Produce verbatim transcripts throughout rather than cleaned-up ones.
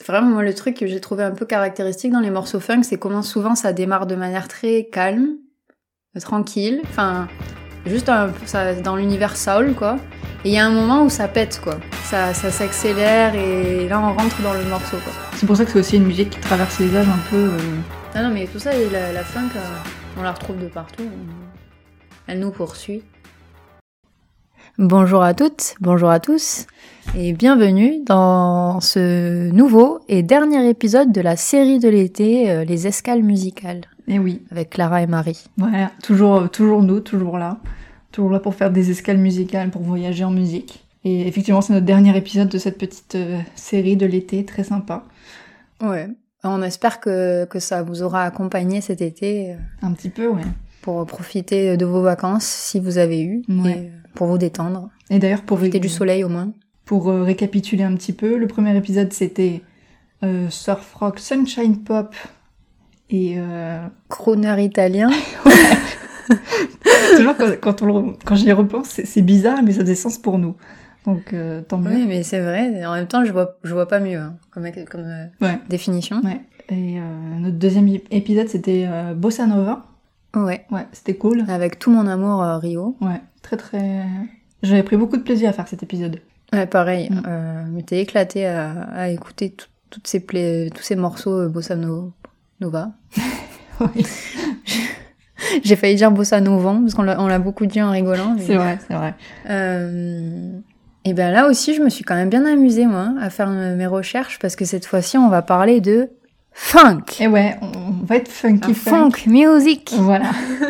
Vraiment, moi, le truc que j'ai trouvé un peu caractéristique dans les morceaux funk, c'est comment souvent ça démarre de manière très calme, tranquille, enfin, juste un, ça, dans l'univers soul, quoi. Et il y a un moment où ça pète, quoi. Ça, ça s'accélère et là, on rentre dans le morceau, quoi. C'est pour ça que c'est aussi une musique qui traverse les âges un peu... Euh... Non, non, mais tout ça, la, la funk, euh, on la retrouve de partout. Elle nous poursuit. Bonjour à toutes, bonjour à tous, et bienvenue dans ce nouveau et dernier épisode de la série de l'été, euh, les escales musicales. Eh oui. Avec Clara et Marie. Voilà, toujours, toujours nous, toujours là. Toujours là pour faire des escales musicales, pour voyager en musique. Et effectivement, c'est notre dernier épisode de cette petite euh, série de l'été, très sympa. Ouais, on espère que, que ça vous aura accompagné cet été. Euh, Un petit peu, ouais. Pour profiter de vos vacances, si vous avez eu, ouais. Et pour vous détendre. Et d'ailleurs, pour profiter ré... du soleil au moins. Pour euh, récapituler un petit peu, le premier épisode, c'était euh, surf rock, sunshine pop et... Euh... crooner italien. Toujours quand, quand, on, quand j'y repense, c'est, c'est bizarre, mais ça faisait sens pour nous. Donc, euh, tant mieux. Oui, mais c'est vrai. En même temps, je vois, je vois pas mieux hein, comme, comme euh, ouais. définition. Ouais. Et euh, notre deuxième épisode, c'était euh, Bossa Nova. Ouais. Ouais, c'était cool. Avec tout mon amour euh, Rio. Ouais, très très... J'avais pris beaucoup de plaisir à faire cet épisode. Ouais, pareil. Mm. Euh, m'étais éclatée à, à écouter tout, toutes ces pla... tous ces morceaux euh, Bossa Nova. Oui. J'ai failli dire Bossa Novant, parce qu'on l'a, on l'a beaucoup dit en rigolant. Mais... C'est vrai, c'est vrai. Euh... Et ben là aussi, je me suis quand même bien amusée, moi, à faire mes recherches, parce que cette fois-ci, on va parler de funk. Et ouais, on va être funky Un funk. Funk music. Voilà.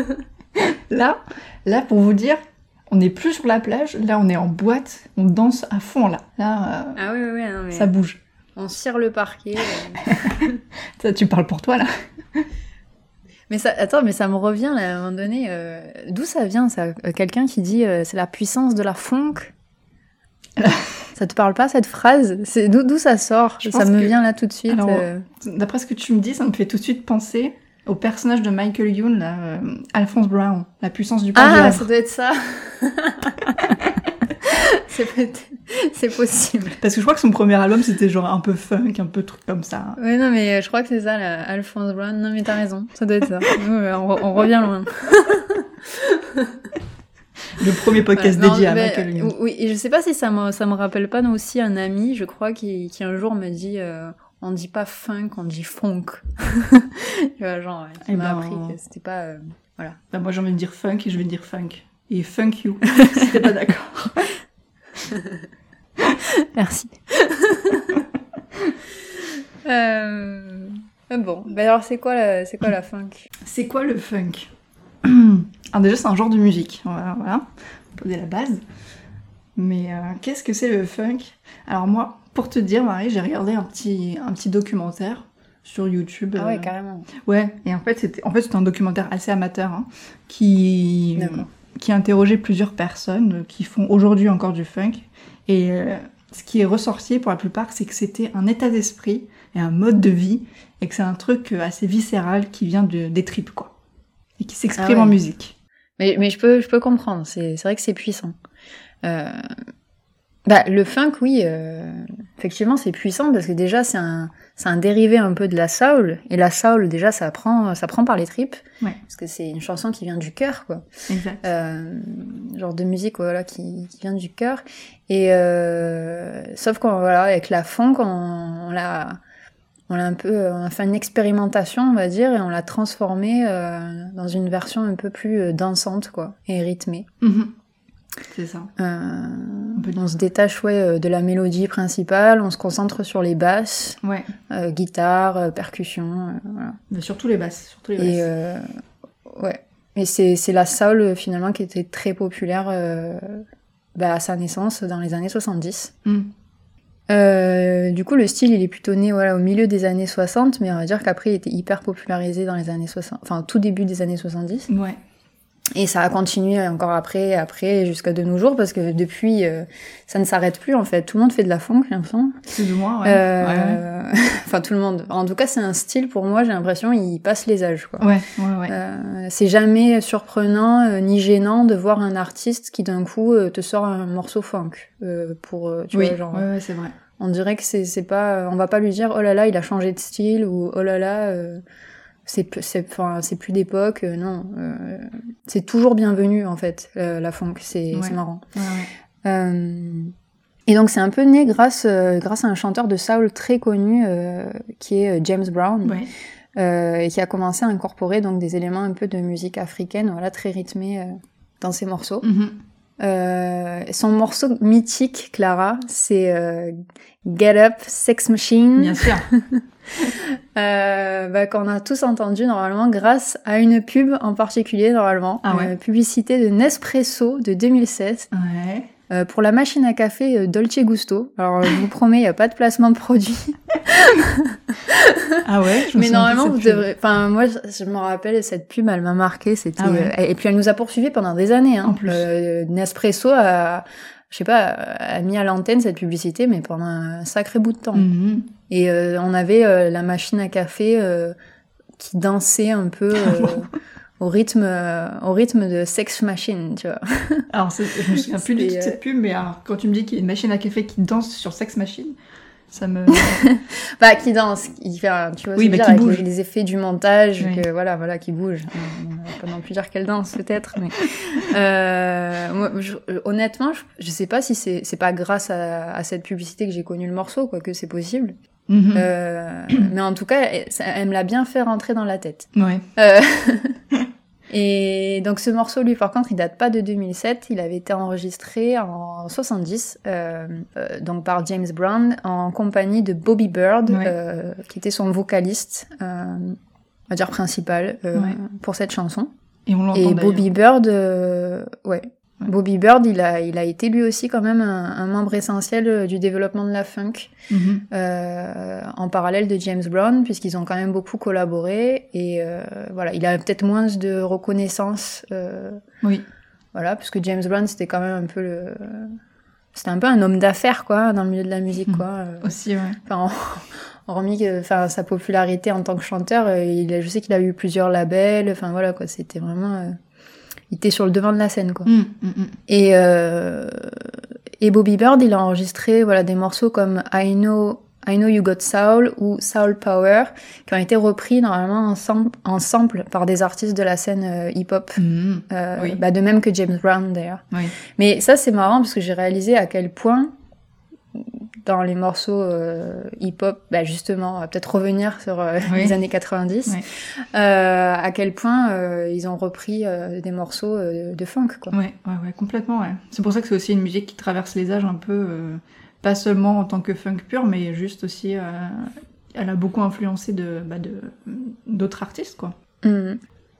là, là, pour vous dire, on n'est plus sur la plage, là, on est en boîte, on danse à fond, là. Là, euh, ah oui, oui, oui, non, mais... ça bouge. On cire le parquet. Euh... ça, tu parles pour toi, là. Mais ça, attends, mais ça me revient, là, à un moment donné, euh, d'où ça vient, ça euh, quelqu'un qui dit euh, c'est la puissance de la funk. Ça te parle pas, cette phrase? C'est d'où, d'où ça sort? Je Ça me que... vient là tout de suite. Alors, euh... D'après ce que tu me dis, ça me fait tout de suite penser au personnage de Michael Youn, là, euh, Alphonse Brown, la puissance du Ah, diable. ça doit être ça. c'est, peut-être... c'est possible. Parce que je crois que son premier album, c'était genre un peu funk, un peu truc comme ça. Oui, non, mais je crois que c'est ça, là, Alphonse Brown. Non, mais t'as raison, ça doit être ça. Nous, on, on revient loin. Le premier podcast ouais, non, dédié à mais, Michael Youn. Oui, et je sais pas si ça me, ça me rappelle pas non, aussi un ami, je crois, qui, qui un jour me dit euh, on dit pas funk, on dit funk. Tu vois, genre, ouais, qui m'a ben... appris que c'était pas... Euh, voilà. Ben moi, j'ai envie de dire funk et je vais dire funk. Et funk you, si t'es pas d'accord. Merci. euh... Bon, ben alors c'est quoi la, c'est quoi la funk? C'est quoi le funk? Alors déjà, c'est un genre de musique, voilà, voilà. Poser la base. Mais euh, qu'est-ce que c'est le funk? Alors moi, pour te dire, Marie, j'ai regardé un petit, un petit documentaire sur YouTube. Ah ouais, euh... carrément. Ouais, et en fait, c'était, en fait, c'était un documentaire assez amateur, hein, qui... D'accord. qui a interrogé plusieurs personnes qui font aujourd'hui encore du funk. Et euh, ce qui est ressorti pour la plupart, c'est que c'était un état d'esprit et un mode de vie, et que c'est un truc assez viscéral qui vient de, des tripes, quoi. Et qui s'exprime ah ouais. en musique. Mais, mais je peux, je peux comprendre, c'est, c'est vrai que c'est puissant. Euh... Bah, le funk, oui, euh... effectivement, c'est puissant, parce que déjà, c'est un, c'est un dérivé un peu de la soul, et la soul, déjà, ça prend, ça prend par les tripes, ouais. parce que c'est une chanson qui vient du cœur, quoi. Exact. Euh, genre de musique, voilà, qui, qui vient du cœur. Et euh... sauf qu'on, voilà, avec la funk, on, on l'a... On a un peu, on a fait une expérimentation, on va dire, et on l'a transformée euh, dans une version un peu plus euh, dansante, quoi, et rythmée. Mm-hmm. C'est ça. Euh, on se détache, ouais, de la mélodie principale, on se concentre sur les basses, ouais. euh, guitare, euh, percussion, euh, voilà. Mais surtout les basses, surtout les basses. Et euh, ouais. Et c'est c'est la soul finalement qui était très populaire euh, bah, à sa naissance dans les années soixante-dix. Mm. Euh, du coup, le style, il est plutôt né voilà, au milieu des années soixante, mais on va dire qu'après, il était hyper popularisé dans les années soixante, enfin, tout début des années soixante-dix. Ouais. Et ça a continué encore après, après, jusqu'à de nos jours, parce que depuis, euh, ça ne s'arrête plus, en fait. Tout le monde fait de la funk, j'ai l'impression. Plus ou moins, ouais. Euh, ouais, ouais. Enfin, tout le monde. En tout cas, c'est un style, pour moi, j'ai l'impression, il passe les âges, quoi. Ouais, ouais, ouais. Euh, c'est jamais surprenant, euh, ni gênant de voir un artiste qui, d'un coup, euh, te sort un morceau funk. Euh, pour, euh, tu oui, vois, genre... ouais, ouais, c'est vrai. On dirait que c'est, c'est pas, on va pas lui dire oh là là il a changé de style ou oh là là euh, c'est, c'est, enfin c'est plus d'époque. Euh, non, euh, c'est toujours bienvenu en fait euh, la funk. C'est, ouais. c'est marrant. Ouais, ouais. Euh, et donc c'est un peu né grâce euh, grâce à un chanteur de soul très connu euh, qui est James Brown. Ouais. Euh, et qui a commencé à incorporer donc des éléments un peu de musique africaine, voilà, très rythmés euh, dans ses morceaux. Mm-hmm. Euh, son morceau mythique, Clara, c'est euh, Get Up, Sex Machine. Bien sûr. euh, bah, qu'on a tous entendu normalement grâce à une pub en particulier normalement, ah ouais. une publicité de Nespresso de deux mille seize. Ouais. Euh, pour la machine à café euh, Dolce Gusto. Alors, je vous promets, il n'y a pas de placement de produit. Ah ouais, je me Mais normalement, vous pub. devrez... Enfin, moi, je, je me rappelle, cette pub, elle m'a marqué. C'était... Ah ouais. euh, et puis, elle nous a poursuivis pendant des années. Hein. En plus. Euh, Nespresso a, je sais pas, a mis à l'antenne cette publicité, mais pendant un sacré bout de temps. Mm-hmm. Et euh, on avait euh, la machine à café euh, qui dansait un peu... Euh, au rythme, euh, au rythme de Sex Machine, tu vois. Alors, c'est, je me souviens plus de toute euh... cette pub, mais alors, quand tu me dis qu'il y a une machine à café qui danse sur Sex Machine, ça me... bah, qui danse, qui fait, tu vois, oui, bah, dire, qui avec bouge. les, les effets du montage, oui. que, voilà, voilà, qui bouge. On va pas non plus dire qu'elle danse, peut-être, mais, euh, moi, je, honnêtement, je, je sais pas si c'est, c'est pas grâce à, à cette publicité que j'ai connu le morceau, quoi, que c'est possible. Mm-hmm. Euh, mais en tout cas, elle, elle me l'a bien fait rentrer dans la tête. Ouais. Euh, et donc ce morceau, lui, par contre, il date pas de deux mille sept. Il avait été enregistré en soixante-dix, euh, euh, donc par James Brown, en compagnie de Bobby Bird, ouais. euh, qui était son vocaliste, euh, on va dire principal, euh, ouais. pour cette chanson. Et on l'entend Et d'ailleurs. Bobby Bird, euh, ouais. Ouais. Bobby Bird, il a, il a été lui aussi quand même un, un membre essentiel du développement de la funk, mm-hmm. euh, en parallèle de James Brown, puisqu'ils ont quand même beaucoup collaboré. Et euh, voilà, il a peut-être moins de reconnaissance. Euh, oui. Voilà, puisque James Brown, c'était quand même un peu le, c'était un peu un homme d'affaires, quoi, dans le milieu de la musique, mmh. quoi. Euh, aussi, ouais. Enfin, hormis que, enfin, sa popularité en tant que chanteur, euh, il a, je sais qu'il a eu plusieurs labels. Enfin voilà, quoi, c'était vraiment. Euh, Il était sur le devant de la scène, quoi. Mmh, mmh. Et, euh, et Bobby Bird, il a enregistré voilà, des morceaux comme I Know, I Know You Got Soul ou Soul Power, qui ont été repris normalement en, sam- en sample par des artistes de la scène euh, hip-hop. Mmh, euh, oui. bah, de même que James Brown, d'ailleurs. Oui. Mais ça, c'est marrant parce que j'ai réalisé à quel point, dans les morceaux euh, hip-hop, bah justement, on va peut-être revenir sur euh, oui. les années quatre-vingt-dix, oui. euh, à quel point euh, ils ont repris euh, des morceaux euh, de funk, quoi. Ouais, ouais, ouais, complètement, ouais. C'est pour ça que c'est aussi une musique qui traverse les âges un peu, euh, pas seulement en tant que funk pur, mais juste aussi, euh, elle a beaucoup influencé de, bah, de, d'autres artistes, quoi. Mmh.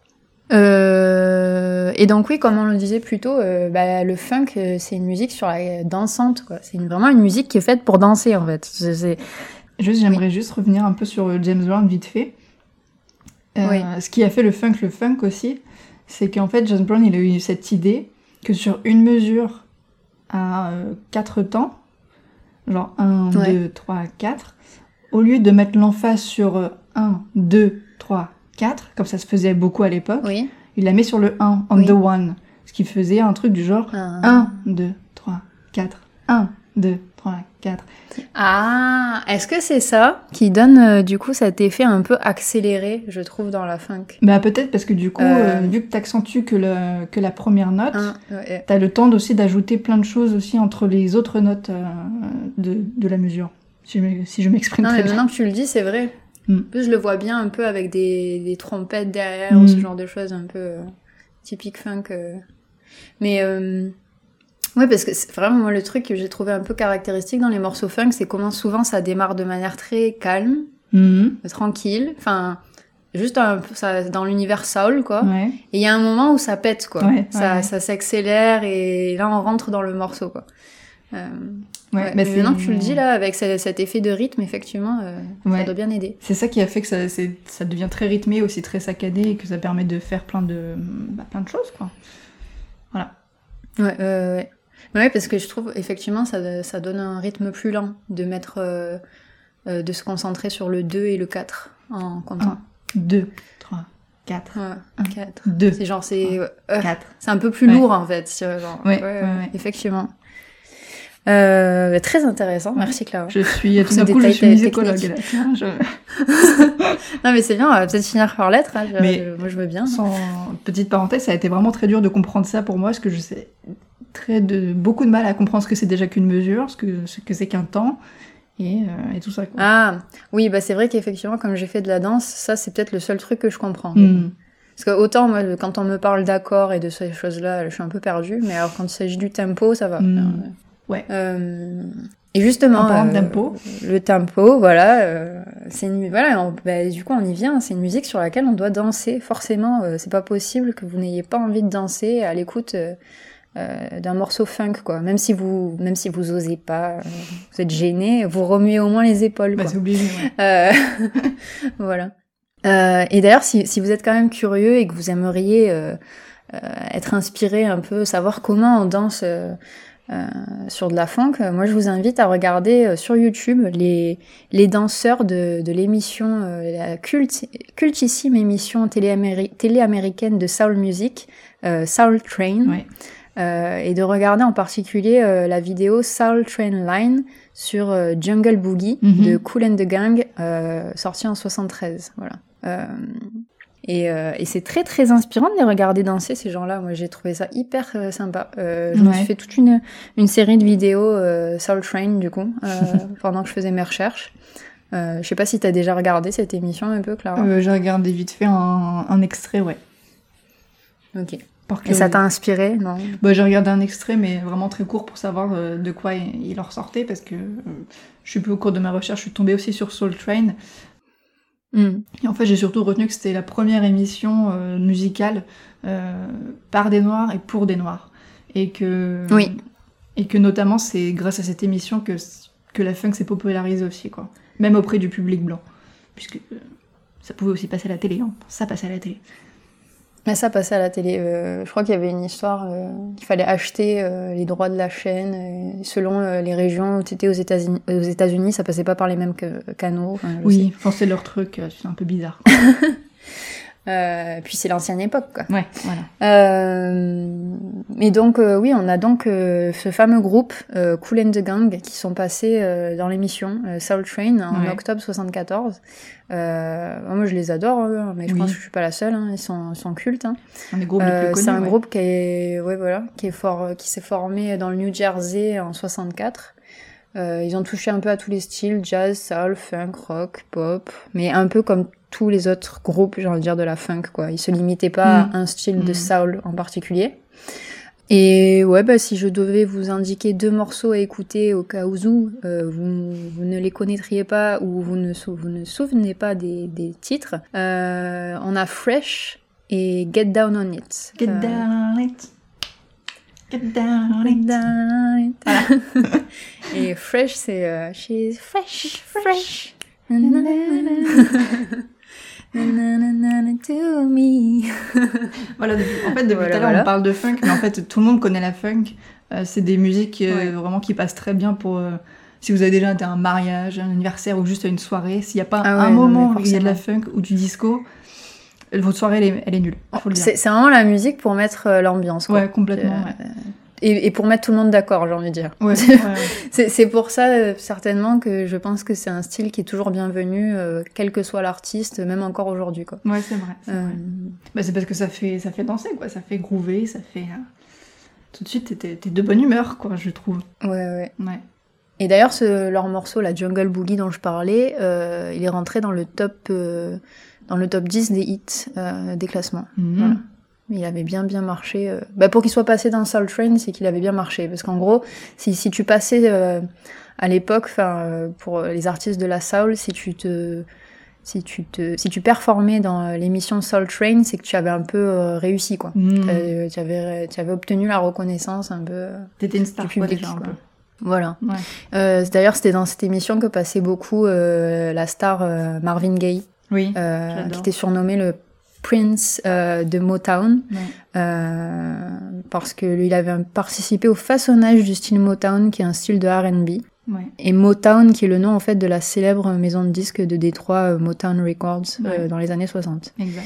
Euh, et donc oui, comme on le disait plus tôt, euh, bah, le funk, euh, c'est une musique sur la dansante, quoi. C'est une, vraiment une musique qui est faite pour danser, en fait. C'est, c'est... Juste, j'aimerais oui. juste revenir un peu sur James Brown vite fait. Euh, oui. Ce qui a fait le funk, le funk aussi, c'est qu'en fait, James Brown, il a eu cette idée que sur une mesure à euh, quatre temps, genre un, ouais. deux, trois, quatre, au lieu de mettre l'emphase sur euh, un, deux, trois, quatre, comme ça se faisait beaucoup à l'époque, oui. il la met sur le un, on oui. the one, ce qui faisait un truc du genre ah. un, deux, trois, quatre, un, deux, trois, quatre. Ah, est-ce que c'est ça qui donne euh, du coup cet effet un peu accéléré, je trouve, dans la funk? Bah peut-être parce que du coup, euh... Euh, vu que t'accentues que, le, que la première note, ah, ouais. t'as le temps aussi d'ajouter plein de choses aussi entre les autres notes euh, de, de la mesure, si je, si je m'exprime non, très mais bien. Maintenant que tu le dis, c'est vrai. Mm. En plus, je le vois bien un peu avec des, des trompettes derrière mm. ou ce genre de choses un peu euh, typique funk. Euh. Mais euh, ouais, parce que c'est vraiment moi le truc que j'ai trouvé un peu caractéristique dans les morceaux funk, c'est comment souvent ça démarre de manière très calme, mm. tranquille. Enfin, juste un, ça, dans l'univers soul, quoi. Ouais. Et il y a un moment où ça pète, quoi. Ouais, ça, ouais. ça s'accélère et là on rentre dans le morceau, quoi. Euh, Ouais, ouais, bah mais c'est... maintenant que tu le dis là, avec ce, cet effet de rythme, effectivement, euh, ouais. ça doit bien aider. C'est ça qui a fait que ça, c'est, ça devient très rythmé, aussi très saccadé, et que ça permet de faire plein de, bah, plein de choses, quoi. Voilà. Ouais, euh, ouais. Ouais, parce que je trouve, effectivement, ça, ça donne un rythme plus lent, de mettre, euh, euh, de se concentrer sur le deux et le quatre en comptant. un, deux, trois, quatre. Ouais, un, quatre. deux. C'est genre, c'est, un, euh, quatre. c'est un peu plus ouais. lourd, en fait. Genre, ouais, ouais, ouais, ouais. Effectivement. Euh, très intéressant, merci Clara. Je suis, tout d'un coup, je suis musicologue là. Tiens, je... non mais c'est bien, on va peut-être finir par l'être. Hein. Je, mais je, moi je veux bien. Sans petite parenthèse, ça a été vraiment très dur de comprendre ça pour moi, parce que je sais très de beaucoup de mal à comprendre ce que c'est déjà qu'une mesure, ce que ce que c'est qu'un temps. Et, euh, et tout ça, quoi. Ah, oui, bah c'est vrai qu'effectivement, comme j'ai fait de la danse, ça c'est peut-être le seul truc que je comprends. Mm. Parce que autant, moi, quand on me parle d'accords et de ces choses-là, je suis un peu perdue, mais alors quand il s'agit du tempo, ça va. Mm. Ouais. Euh, et justement, en parlant de euh, tempo. le tempo, voilà, euh, c'est une, voilà, on, bah, du coup on y vient, c'est une musique sur laquelle on doit danser, forcément, euh, c'est pas possible que vous n'ayez pas envie de danser à l'écoute... Euh, Euh, d'un morceau funk, quoi. Même si vous, même si vous osez pas, euh, vous êtes gêné, vous remuez au moins les épaules, bah, quoi. C'est obligé, ouais. Euh, voilà. Euh, et d'ailleurs, si, si vous êtes quand même curieux et que vous aimeriez euh, euh, être inspiré un peu, savoir comment on danse euh, euh, sur de la funk, euh, moi je vous invite à regarder euh, sur YouTube les, les danseurs de, de l'émission, euh, la culte, cultissime émission télé-améri- télé-américaine de Soul Music, euh, Soul Train. Ouais. Euh, et de regarder en particulier euh, la vidéo Soul Train Line sur euh, Jungle Boogie mm-hmm. de Kool and the Gang, euh, sortie en soixante-treize. Voilà. Euh, et, euh, et c'est très très inspirant de les regarder danser, ces gens-là. Moi j'ai trouvé ça hyper euh, sympa. Euh, je ouais. me suis fait toute une, une série de vidéos euh, Soul Train du coup, euh, pendant que je faisais mes recherches. Euh, je sais pas si t'as déjà regardé cette émission un peu, Clara. Euh, j'ai regardé vite fait un, un extrait, ouais. Ok. Et ça t'a inspiré, non? Bah, j'ai regardé un extrait, mais vraiment très court pour savoir euh, de quoi il, il en ressortait, parce que euh, je suis peu au cours de ma recherche, je suis tombée aussi sur Soul Train. Mm. Et en fait, j'ai surtout retenu que c'était la première émission euh, musicale euh, par des Noirs et pour des Noirs. Et que, oui. et que notamment, c'est grâce à cette émission que, que la funk s'est popularisée aussi, quoi. Même auprès du public blanc. Puisque euh, ça pouvait aussi passer à la télé, hein. Ça passait à la télé. Mais ça passait à la télé. Euh, je crois qu'il y avait une histoire euh, qu'il fallait acheter euh, les droits de la chaîne. Et selon euh, les régions où tu étais aux États-Unis, aux États-Unis, ça passait pas par les mêmes que, canaux. Enfin, oui, enfin, c'est leur truc, c'est un peu bizarre. euh, puis c'est l'ancienne époque, quoi. Ouais, voilà. Euh, et donc, euh, oui, on a donc euh, ce fameux groupe, euh, Kool and the Gang, qui sont passés euh, dans l'émission euh, Soul Train en ouais. octobre soixante-quatorze. Euh, moi je les adore, hein, mais je oui. pense que je suis pas la seule, hein, ils sont, ils sont cultes. Hein. Un des groupes euh, les plus connus, c'est un ouais. groupe qui est, ouais, voilà, qui est fort, qui s'est formé dans le New Jersey en soixante-quatre. Euh, ils ont touché un peu à tous les styles, jazz, soul, funk, rock, pop, mais un peu comme tous les autres groupes, j'ai envie de dire, de la funk, quoi. Ils se limitaient pas mmh. à un style mmh. de soul en particulier. Et ouais, bah, si je devais vous indiquer deux morceaux à écouter au cas où euh, vous, vous ne les connaîtriez pas ou vous ne vous ne souvenez pas des, des titres, euh, on a Fresh et Get Down on It. Get euh, down on it. Get down on it. Down on it. Voilà. Et Fresh, c'est euh, She's fresh, fresh. Na, na, na, na. Nanana to me. Voilà, en fait, depuis voilà, tout à l'heure, voilà. on parle de funk, mais en fait, tout le monde connaît la funk. Euh, c'est des musiques euh, ouais. vraiment qui passent très bien pour... Euh, si vous avez déjà été à un mariage, un anniversaire ou juste à une soirée, s'il n'y a pas ah un ouais, moment où il y a de la funk ou du disco, votre soirée, elle est, elle est nulle, faut le dire. C'est, c'est vraiment la musique pour mettre euh, l'ambiance, quoi. Ouais, complètement, euh, ouais. Et, et pour mettre tout le monde d'accord, j'ai envie de dire. Ouais, ouais, ouais. c'est, c'est pour ça, euh, certainement, que je pense que c'est un style qui est toujours bienvenu, euh, quel que soit l'artiste, même encore aujourd'hui, quoi. Ouais, c'est vrai. C'est, euh... vrai. Bah, c'est parce que ça fait, ça fait danser, quoi. Ça fait groover, ça fait... Euh... Tout de suite, t'es, t'es, t'es de bonne humeur, quoi, je trouve. Ouais, ouais. Ouais. Et d'ailleurs, ce, leur morceau, la Jungle Boogie dont je parlais, euh, il est rentré dans le top, euh, dans le top dix des hits euh, des classements. Mmh. Voilà. Il avait bien bien marché. Euh... Bah, pour qu'il soit passé dans Soul Train, c'est qu'il avait bien marché. Parce qu'en gros, si, si tu passais euh, à l'époque, enfin euh, pour les artistes de la soul, si tu te, si tu te, si tu performais dans l'émission Soul Train, c'est que tu avais un peu euh, réussi, quoi. Mmh. Euh, tu avais, tu avais obtenu la reconnaissance un peu. Euh, T'étais une star, du public, déjà, un peu. Voilà. Ouais. Euh, d'ailleurs, c'était dans cette émission que passait beaucoup euh, la star euh, Marvin Gaye, oui, euh, qui était surnommé le Prince euh, de Motown, ouais. euh, parce que lui, il avait participé au façonnage du style Motown, qui est un style de R and B. Ouais. Et Motown, qui est le nom en fait de la célèbre maison de disques de Détroit, euh, Motown Records, ouais. euh, dans les années soixante. Exact.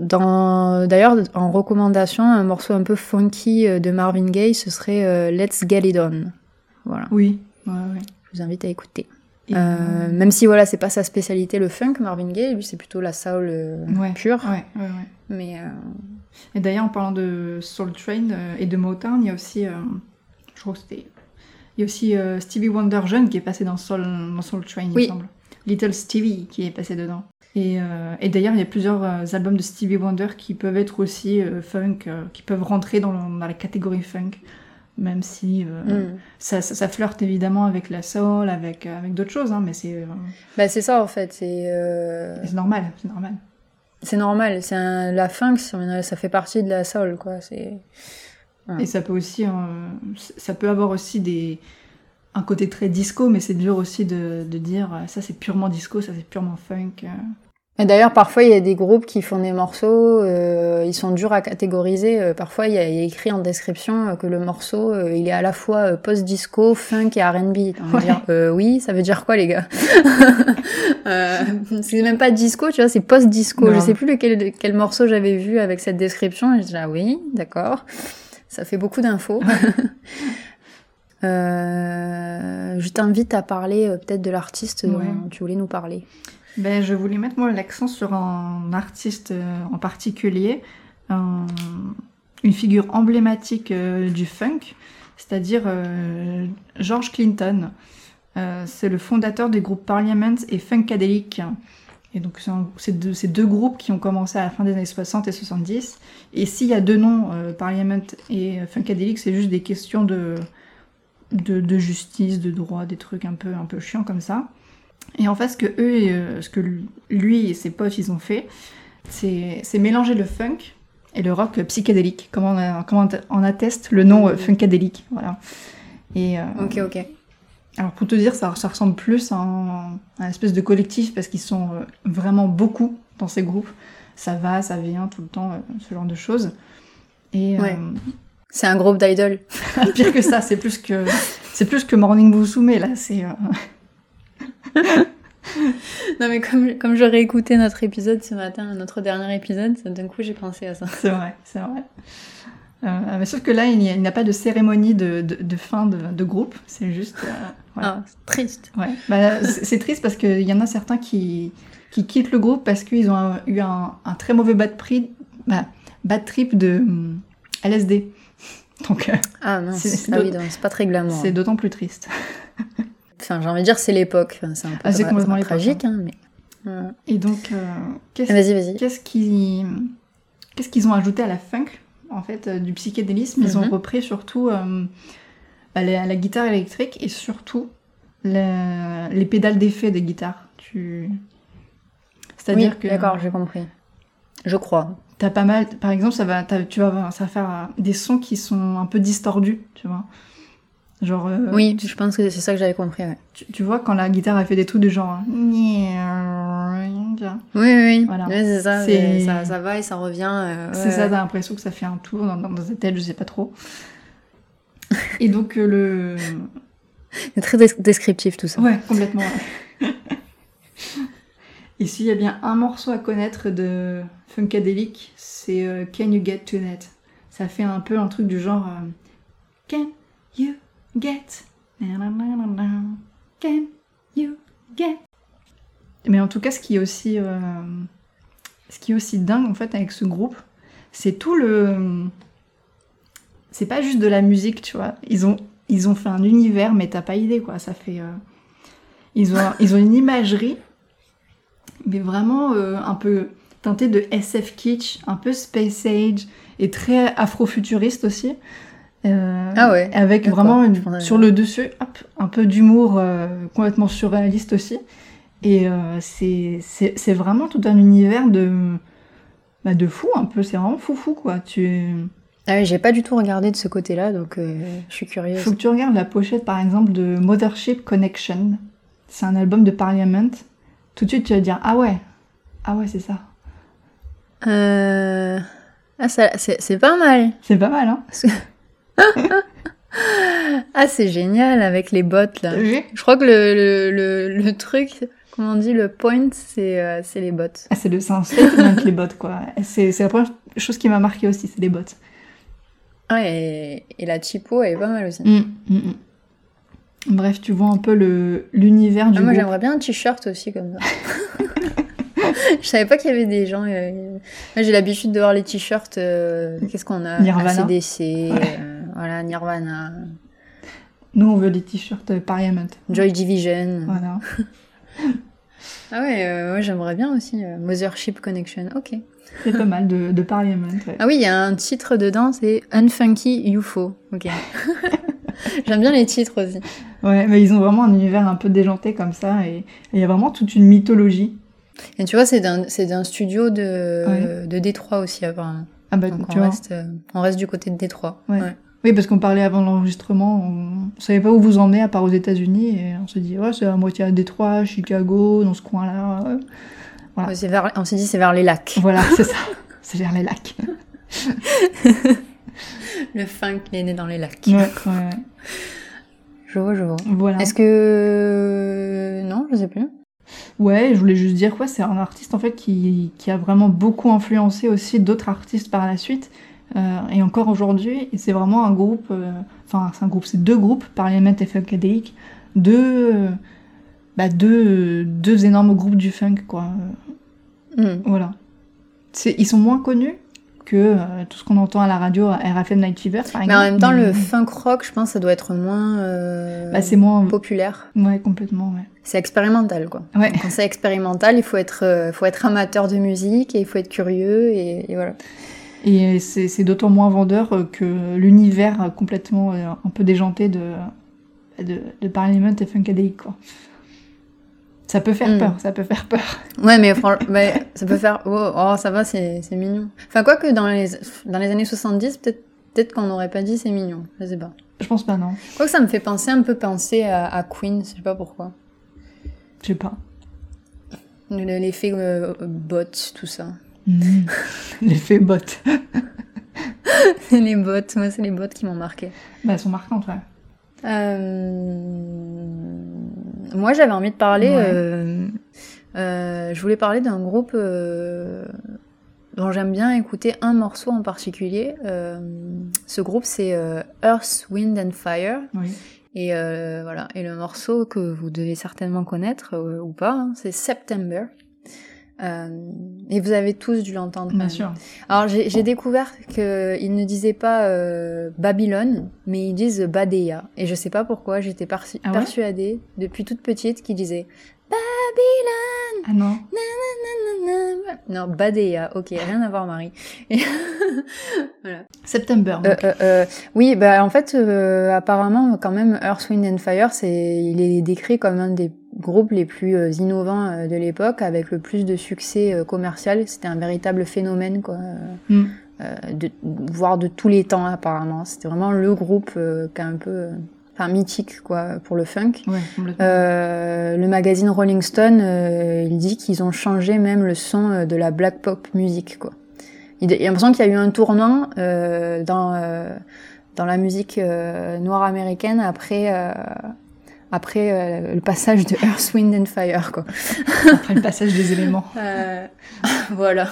Dans, d'ailleurs, en recommandation, un morceau un peu funky de Marvin Gaye, ce serait euh, Let's Get It On. Voilà. Oui, ouais, ouais. Je vous invite à écouter. Et Euh, euh, même si voilà, c'est pas sa spécialité le funk, Marvin Gaye, lui c'est plutôt la soul euh, ouais, pure. Ouais, ouais, ouais. Mais euh, Et d'ailleurs, en parlant de Soul Train euh, et de Motown, il y a aussi, euh, je crois que c'était, il y a aussi euh, Stevie Wonder jeune qui est passé dans Soul, dans Soul Train, il Oui. me semble. Little Stevie qui est passé dedans. Et, euh, et d'ailleurs, il y a plusieurs euh, albums de Stevie Wonder qui peuvent être aussi euh, funk, euh, qui peuvent rentrer dans, le- dans la catégorie funk, même si euh, mm. ça, ça, ça flirte évidemment avec la soul, avec, avec d'autres choses, hein, mais c'est, euh, bah, c'est ça en fait. C'est, euh, c'est normal, c'est normal. c'est normal. C'est un, la funk, ça, ça fait partie de la soul, quoi. C'est... Et ça peut aussi, euh, ça peut avoir aussi des, un côté très disco, mais c'est dur aussi de, de dire euh, ça c'est purement disco, ça c'est purement funk. euh. Et d'ailleurs, parfois, il y a des groupes qui font des morceaux, euh, ils sont durs à catégoriser. Euh, parfois, il y, a, il y a écrit en description euh, que le morceau, euh, il est à la fois euh, post-disco, funk et R and B. On va Ouais. dire, euh, oui, ça veut dire quoi, les gars? euh, C'est même pas disco, tu vois, c'est post-disco. Non. Je sais plus lequel, quel morceau j'avais vu avec cette description. Et je dis, ah oui, d'accord. Ça fait beaucoup d'infos. euh, je t'invite à parler euh, peut-être de l'artiste dont Ouais. tu voulais nous parler. Ben, je voulais mettre moi l'accent sur un artiste euh, en particulier, un- une figure emblématique euh, du funk, c'est-à-dire euh, George Clinton. Euh, c'est le fondateur des groupes Parliament et Funkadelic. Et donc c'est, un- c'est deux, c'est deux groupes qui ont commencé à la fin des années soixante et soixante-dix. Et s'il y a deux noms, euh, Parliament et Funkadelic, c'est juste des questions de, de, de justice, de droit, des trucs un peu, un peu chiants comme ça. Et en fait, ce que eux, et, euh, ce que lui et ses potes, ils ont fait, c'est, c'est mélanger le funk et le rock psychédélique, comme on, a, comme on atteste le nom euh, Funkadelic, voilà. Et, euh, Ok, ok. alors pour te dire, ça, ça ressemble plus à un, à un espèce de collectif parce qu'ils sont euh, vraiment beaucoup dans ces groupes. Ça va, ça vient tout le temps, euh, ce genre de choses. Et Ouais. euh, C'est un groupe d'idoles. pire que ça, c'est plus que c'est plus que Morning Musume là. C'est euh, Non mais comme, comme je réécoutais notre épisode ce matin, notre dernier épisode, d'un coup j'ai pensé à ça. c'est vrai, c'est vrai. Euh, mais sauf que là, il n'y a, il n'y a pas de cérémonie de, de, de fin de, de groupe. C'est juste. Euh, voilà. Ah, c'est triste. Ouais. Bah, c'est, c'est triste parce qu'il y en a certains qui, qui quittent le groupe parce qu'ils ont un- eu un, un très mauvais bad, prix, bah, bad trip de hum, L S D. Donc, euh, Ah mince, C'est- ah oui, donc c'est pas très glamour. c'est d'autant plus triste. Enfin, j'ai envie de dire c'est l'époque. Enfin, c'est un peu Ah, c'est tra- complètement l'époque, tragique, hein, mais... Ouais. Et donc, euh, qu'est-ce, Vas-y, vas-y. qu'est-ce, qui, qu'est-ce qu'ils ont ajouté à la funk, en fait, euh, du psychédélisme? Ils ont Mhm. repris surtout euh, bah, la, la guitare électrique et surtout la- les pédales d'effet des guitares. Tu... C'est-à-dire Oui, que d'accord, j'ai compris. Je crois. t'as pas mal... Par exemple, ça va, t'as- tu vas, avoir- ça va faire euh, des sons qui sont un peu distordus, tu vois. Genre... euh, Oui, je pense que c'est ça que j'avais compris, ouais. Tu, tu vois, quand la guitare a fait des trucs du genre... Oui, oui, oui. Voilà. Oui, c'est ça, C'est- c'est- ça. Ça va et ça revient. euh, C'est ouais, ça, ouais. t'as l'impression que ça fait un tour dans, dans, dans ta tête, je sais pas trop. Et donc euh, le... C'est très des- descriptif tout ça. Ouais, complètement. Ouais. Ici, il y a bien un morceau à connaître de Funkadelic, c'est euh, Can You Get To That. Ça fait un peu un truc du genre... euh, Can you get... na, na, na, na, na. Can you get... Mais en tout cas, ce qui est aussi... euh, ce qui est aussi dingue, en fait, avec ce groupe, c'est tout le... C'est pas juste de la musique, tu vois. Ils ont, ils ont fait un univers, mais t'as pas idée, quoi. Ça fait... euh, Ils ont, ils ont une imagerie, mais vraiment euh, un peu teintée de S F kitsch, un peu space age, et très afrofuturiste aussi. Euh, Ah ouais, Avec d'accord. vraiment une- Je prendrais- sur le dessus, hop, un peu d'humour euh, complètement surréaliste aussi. Et euh, c'est, c'est, c'est vraiment tout un univers de, bah, de fou, un peu. C'est vraiment foufou, quoi. Tu... Ah oui, j'ai pas du tout regardé de ce côté-là, donc euh, je suis curieuse. Faut que tu regardes la pochette, par exemple, de Mothership Connection. C'est un album de Parliament. Tout de suite, tu vas dire, ah ouais, ah ouais, c'est ça. Euh... Ah, ça, c'est, c'est pas mal. C'est pas mal, hein? Ah, c'est génial avec les bottes là. T'as vu? Je crois que le, le, le, le truc, comment on dit, le point, c'est, euh, c'est les bottes. Ah, c'est, le, c'est un statement, les bottes, quoi. C'est, c'est la première chose qui m'a marqué aussi, c'est les bottes. Ah, et, et la typo, elle est pas mal aussi. Mm, mm, mm. Bref, tu vois un peu le, l'univers du ah, moi, groupe. j'aimerais bien un t-shirt aussi comme ça. Je savais pas qu'il y avait des gens. Euh... Moi, j'ai l'habitude de voir les t-shirts. Euh... Qu'est-ce qu'on a? Nirvana. A C D C, Ouais. euh, voilà, Nirvana. Nous, on veut des t-shirts euh, Parliament. Joy Division. Voilà. Ah ouais, euh, moi j'aimerais bien aussi. Euh, Mothership Connection, ok. C'est pas mal de, de Parliament. Ouais. Ah oui, il y a un titre dedans, c'est Unfunky U F O. Ok. J'aime bien les titres aussi. Ouais, mais ils ont vraiment un univers un peu déjanté comme ça, et il y a vraiment toute une mythologie. Et tu vois, c'est d'un, c'est d'un studio de, Ouais. de Détroit aussi, apparemment. Ah bah, Donc tu on vois. reste, euh, on reste du côté de Détroit. Ouais. Ouais. Oui, parce qu'on parlait avant l'enregistrement, on... on savait pas où vous emmenez à part aux États-Unis, et on se dit, ouais, c'est à moitié à Détroit, Chicago, dans ce coin-là. euh. Voilà. Ouais, c'est vers, on s'est dit c'est vers les lacs. Voilà, c'est ça. C'est vers les lacs. Le funk, il est né dans les lacs. Ouais, ouais, ouais. Je vois, je vois. Voilà. Est-ce que... Non, je sais plus. Ouais, je voulais juste dire quoi, c'est un artiste en fait qui, qui a vraiment beaucoup influencé aussi d'autres artistes par la suite, euh, et encore aujourd'hui, et c'est vraiment un groupe, euh, enfin c'est un groupe, c'est deux groupes, Parliament et Funkadelic, deux, euh, bah deux, deux énormes groupes du funk quoi. Mm. Voilà. C'est, ils sont moins connus que euh, tout ce qu'on entend à la radio, à R F M Night Fever par exemple. Mais en même temps, mais- le funk rock, je pense, ça doit être moins euh, bah, c'est moins, populaire. ouais, complètement, ouais. C'est expérimental, quoi. Ouais. Quand c'est expérimental, il faut être, euh, faut être amateur de musique et il faut être curieux et, et voilà. Et c'est, c'est d'autant moins vendeur euh, que l'univers complètement euh, un peu déjanté de, de, de Parliament et Funkadelic, quoi. Ça peut faire Mm. peur, ça peut faire peur. Ouais, mais, fran- mais ça peut faire... Oh, oh, ça va, c'est, c'est mignon. Enfin, quoi que dans les, dans les années soixante-dix, peut-être, peut-être qu'on n'aurait pas dit c'est mignon. Je sais pas. Je pense pas, non. Quoi que ça me fait penser un peu penser à, à Queen, je sais pas pourquoi. Je sais pas. Le- L'effet euh, bot, tout ça. Mm. L'effet bot. Les bots, moi, c'est les bots qui m'ont marqué. Bah, elles sont marquantes, ouais. Euh... Moi, j'avais envie de parler. Ouais. Euh... Euh, je voulais parler d'un groupe euh... dont j'aime bien écouter un morceau en particulier. Euh... Ce groupe, c'est euh, Earth, Wind and Fire. Oui. Et euh, voilà. Et le morceau que vous devez certainement connaître euh, ou pas, hein, c'est September. Euh, et vous avez tous dû l'entendre. Bien quand sûr. même. Alors j'ai, j'ai découvert qu'ils ne disaient pas euh, Babylone, mais ils disent Badeya. Et je sais pas pourquoi, j'étais persu- Ah ouais persuadée depuis toute petite qu'ils disaient Babylone. Ah non. Nanana. Non, Badeya. Ok, rien à voir, Marie. Et voilà. September. Euh, donc. euh, euh, oui, bah en fait, euh, apparemment, quand même, Earth, Wind and Fire, c'est, il est décrit comme un des groupes les plus euh, innovants euh, de l'époque, avec le plus de succès euh, commercial. C'était un véritable phénomène, quoi, euh, Mm. euh, de, voire de tous les temps, apparemment. C'était vraiment le groupe euh, qui est un peu, euh, enfin, mythique, quoi, pour le funk. Ouais, complètement. Euh, le magazine Rolling Stone, euh, il dit qu'ils ont changé même le son euh, de la black pop music, quoi. Il y a l'impression qu'il y a eu un tournant euh, dans euh, dans la musique euh, noire américaine après euh, après euh, le passage de Earth, Wind and Fire, quoi. Après le passage des éléments. Euh, voilà.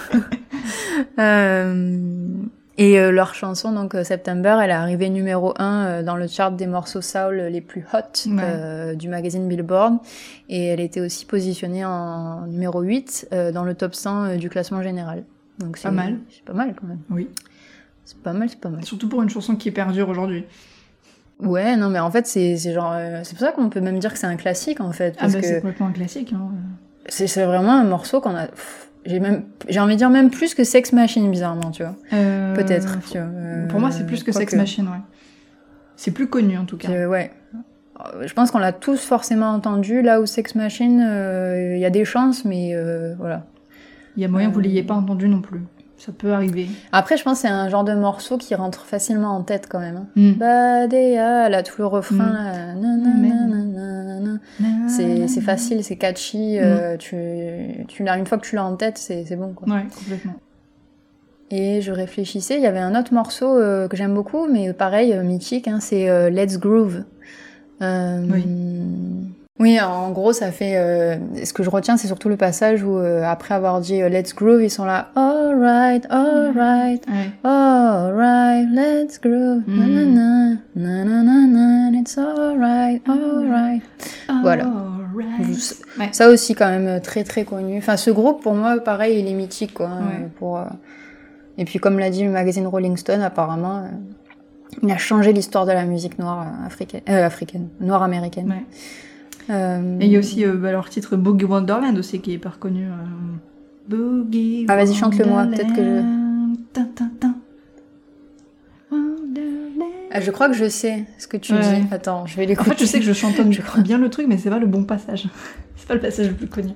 euh, et euh, leur chanson, donc euh, September, elle est arrivée numéro un euh, dans le chart des morceaux soul les plus hot Ouais. euh, du magazine Billboard. Et elle était aussi positionnée en numéro huit euh, dans le top cent euh, du classement général. Donc c'est Pas mal. C'est pas mal quand même. Oui. C'est pas mal, c'est pas mal. Surtout pour une chanson qui perdure aujourd'hui. Ouais, non, mais en fait, c'est c'est genre, euh, c'est pour ça qu'on peut même dire que c'est un classique en fait, Ah parce bah c'est que complètement un classique. Hein. c'est c'est vraiment un morceau qu'on a. pff, J'ai même, j'ai envie de dire même plus que Sex Machine, bizarrement, tu vois. Euh, Peut-être. Tu vois, euh, Pour moi, c'est plus que Sex quoique. Machine, ouais. C'est plus connu en tout cas. Euh, ouais. Je pense qu'on l'a tous forcément entendu. Là où Sex Machine, il euh, y a des chances, mais euh, voilà. Il y a moyen que vous Euh, l'ayez pas entendu non plus. Ça peut arriver. Après, je pense que c'est un genre de morceau qui rentre facilement en tête quand même. Hein. Mm. Badea, là, tout le refrain, Mm. là, nananana, c'est c'est facile, c'est catchy. Euh, tu, tu l'as une fois que tu l'as en tête, c'est c'est bon, quoi. Ouais, complètement. Et je réfléchissais, il y avait un autre morceau euh, que j'aime beaucoup, mais pareil, euh, mythique, hein, c'est euh, Let's Groove. Euh, Oui. Oui, en gros, ça fait... Euh, ce que je retiens, c'est surtout le passage où, euh, après avoir dit euh, « Let's groove », ils sont là « Alright, alright, Ouais. alright, let's groove, Mm. nanana, nanana, it's alright, alright. » Voilà. Alright. Ouais. Ça aussi, quand même, très très connu. Enfin, ce groupe, pour moi, pareil, il est mythique, quoi. hein, Ouais. pour, euh... Et puis, comme l'a dit le magazine Rolling Stone, apparemment, euh, il a changé l'histoire de la musique noire euh, africaine, euh, africaine, noire américaine. Ouais. Euh... Et il y a aussi euh, bah, leur titre Boogie Wonderland aussi qui est hyper connu. Euh... Boogie Ah, vas-y, chante-le-moi, peut-être que je... Tin, tin, tin. Wonderland. Ah, je crois que je sais ce que tu Ouais. dis. Attends, je vais En l'écouter. fait, je sais que je chantonne Je crois. bien le truc, mais c'est pas le bon passage. C'est pas le passage le plus connu.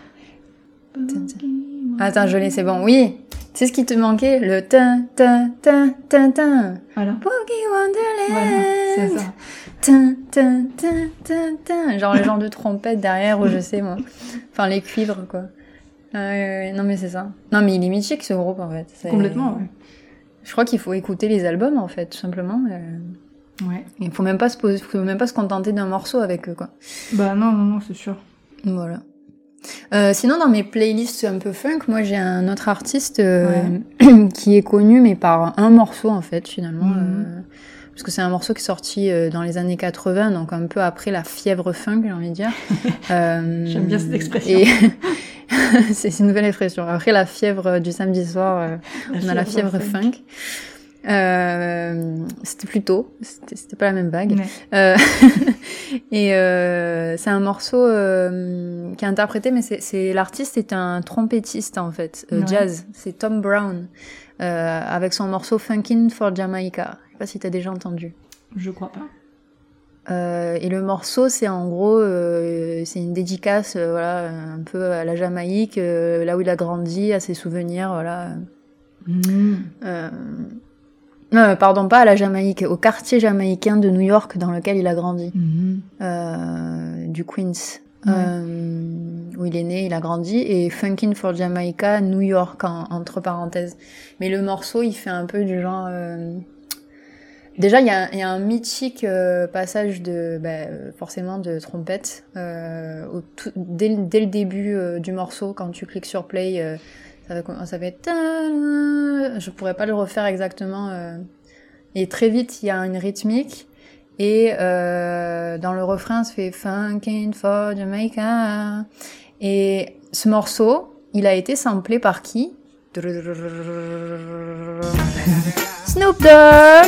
Attends, je l'ai, c'est bon. Oui, c'est ce qui te manquait, le tin, tin, tin, tin, tin. Voilà. Boogie Wonderland. Voilà, c'est ça. Tin, tin, tin, tin, tin. Genre le genre de trompette derrière, ou je sais, moi. Enfin, les cuivres, quoi. Ah, ouais, ouais, ouais. Non, mais c'est ça. Non, mais il est mythique, ce groupe, en fait. C'est... Complètement, ouais. Je crois qu'il faut écouter les albums, en fait, tout simplement. Euh... Ouais. Il faut même pas se poser, faut même pas se contenter d'un morceau avec eux, quoi. Bah non, non, non, c'est sûr. Voilà. Euh, sinon, dans mes playlists un peu funk, moi j'ai un autre artiste euh, ouais. qui est connu, mais par un morceau en fait, finalement. Mm-hmm. Euh, parce que c'est un morceau qui est sorti euh, dans les années quatre-vingts, donc un peu après la fièvre funk, j'ai envie de dire. Euh, J'aime bien cette expression. Et... c'est une nouvelle expression. Après la fièvre du samedi soir, euh, la on a la fièvre funk. funk. Euh, c'était plus tôt, c'était, c'était pas la même vague. Ouais. Euh, et euh, c'est un morceau euh, qui est interprété, mais c'est, c'est l'artiste est un trompettiste en fait, euh, ouais. jazz. C'est Tom Brown euh, avec son morceau Funkin' for Jamaica. Je sais pas si t'as déjà entendu. Je crois pas. Euh, et le morceau, c'est en gros, euh, c'est une dédicace, euh, voilà, un peu à la Jamaïque, euh, là où il a grandi, à ses souvenirs, voilà. Mmh. Euh, Non, pardon, pas à la Jamaïque, au quartier jamaïcain de New York dans lequel il a grandi, mmh. euh, du Queens, ouais. euh, où il est né, il a grandi, et Funkin' for Jamaica, New York, en, entre parenthèses. Mais le morceau, il fait un peu du genre... Euh... Déjà, il y a, y a un mythique euh, passage de, bah, forcément, de trompette, euh, au tout, dès, dès le début euh, du morceau, quand tu cliques sur play... Euh, Ça va, ça va être... Je pourrais pas le refaire exactement. Euh... Et très vite, il y a une rythmique. Et euh, dans le refrain, ça fait « Funkin' for Jamaica ». Et ce morceau, il a été samplé par qui? Snoop Dogg.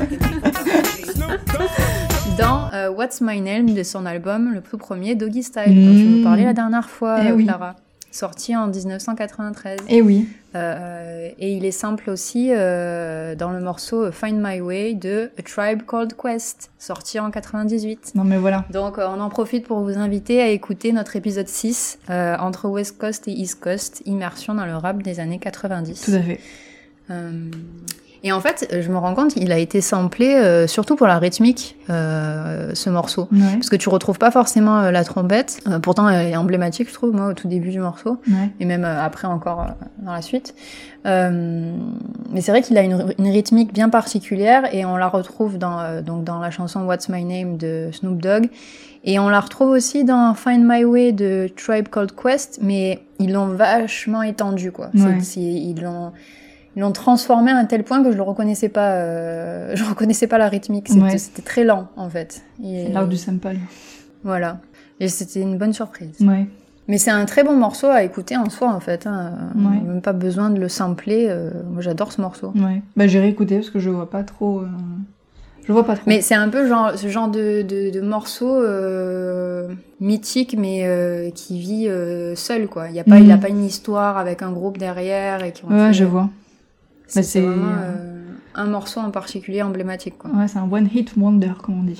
Dans euh, What's My Name de son album, le tout premier, Doggy Style, mmh. dont tu nous parlais la dernière fois, eh oui. Clara. Sorti en dix-neuf cent quatre-vingt-treize. Et oui. Euh, et il est sample aussi euh, dans le morceau Find My Way de A Tribe Called Quest, sorti en quatre-vingt-dix-huit. Non mais voilà. Donc euh, on en profite pour vous inviter à écouter notre épisode six, euh, entre West Coast et East Coast, immersion dans le rap des années quatre-vingt-dix. Tout à fait. Euh, Et en fait, je me rends compte qu'il a été samplé euh, surtout pour la rythmique, euh, ce morceau. Ouais. Parce que tu retrouves pas forcément euh, la trompette. Euh, pourtant, elle est emblématique, je trouve, moi, au tout début du morceau. Ouais. Et même euh, après encore euh, dans la suite. Euh, mais c'est vrai qu'il a une, une rythmique bien particulière et on la retrouve dans, euh, donc dans la chanson What's My Name de Snoop Dogg. Et on la retrouve aussi dans Find My Way de Tribe Called Quest, mais ils l'ont vachement étendu, quoi. Ouais. C'est, c'est, ils l'ont... Ils l'ont transformé à un tel point que je le reconnaissais pas. Euh, je reconnaissais pas la rythmique. C'était, ouais. c'était très lent en fait. Et... C'est l'art du sample. Voilà. Et c'était une bonne surprise. Ouais. Mais c'est un très bon morceau à écouter en soi en fait. Hein. Ouais. Même pas besoin de le sampler. Euh, moi j'adore ce morceau. Ouais. Bah j'ai réécouté parce que je vois pas trop. Euh... Je vois pas trop. Mais c'est un peu genre ce genre de de, de morceau euh, mythique mais euh, qui vit euh, seul quoi. Il y a pas, mmh. il a pas une histoire avec un groupe derrière et qui. Ouais, fait... je vois. C'est, bah, c'est vraiment euh, un morceau en particulier emblématique, quoi. Ouais, c'est un one hit wonder, comme on dit.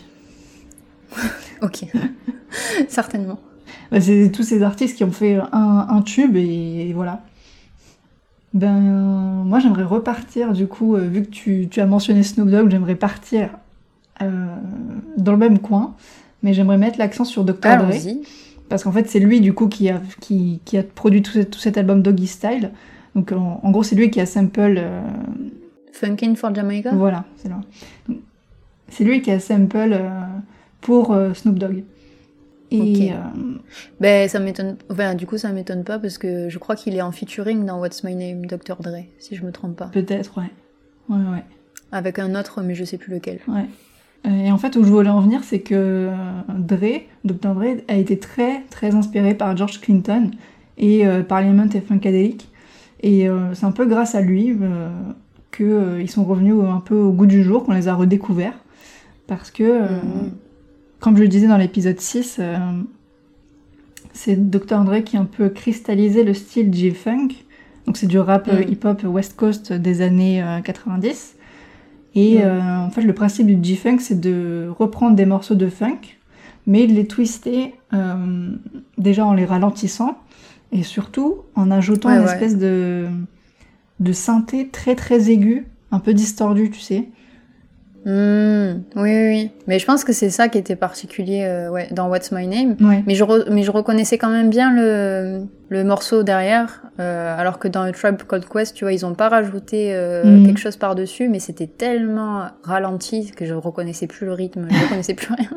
Ok, certainement. Bah, c'est tous ces artistes qui ont fait un, un tube et, et voilà. Ben, euh, moi j'aimerais repartir, du coup, euh, vu que tu, tu as mentionné Snoop Dogg, j'aimerais partir euh, dans le même coin, mais j'aimerais mettre l'accent sur docteur Dre. Parce qu'en fait, c'est lui, du coup, qui a, qui, qui a produit tout, tout cet album Doggy Style. Donc, en, en gros, c'est lui qui a sample... Euh... Funkin' for Jamaica. Voilà, c'est là. Donc, c'est lui qui a sample euh, pour euh, Snoop Dogg. Et Ok. euh, Ben, ça m'étonne. Enfin, du coup, ça m'étonne pas parce que je crois qu'il est en featuring dans What's My Name, docteur Dre, si je me trompe pas. peut-être, ouais. Ouais, ouais. Avec un autre, mais je sais plus lequel. Ouais. Et en fait, où je voulais en venir, c'est que Dre, docteur Dre, a été très, très inspiré par George Clinton et euh, Parliament et Funkadelic. Et euh, c'est un peu grâce à lui euh, qu'ils euh, sont revenus un peu au goût du jour, qu'on les a redécouverts. Parce que, euh, Mhm. comme je le disais dans l'épisode six, euh, c'est docteur Dre qui a un peu cristallisé le style G-Funk. Donc c'est du rap euh, Mm. hip-hop West Coast des années euh, quatre-vingt-dix. Et Mm. euh, en fait, le principe du G-Funk, c'est de reprendre des morceaux de funk, mais de les twister euh, déjà en les ralentissant, et surtout en ajoutant Ouais, une ouais. espèce de, de synthé très très aigu, un peu distordu, tu sais. Mm. Oui, oui, oui. Mais je pense que c'est ça qui était particulier euh, ouais, dans What's My Name. Ouais. Mais je, re- mais je reconnaissais quand même bien le, le morceau derrière, euh, alors que dans le Tribe Called Quest, tu vois, ils ont pas rajouté euh, Mhm. quelque chose par-dessus, mais c'était tellement ralenti que je reconnaissais plus le rythme, je reconnaissais plus rien.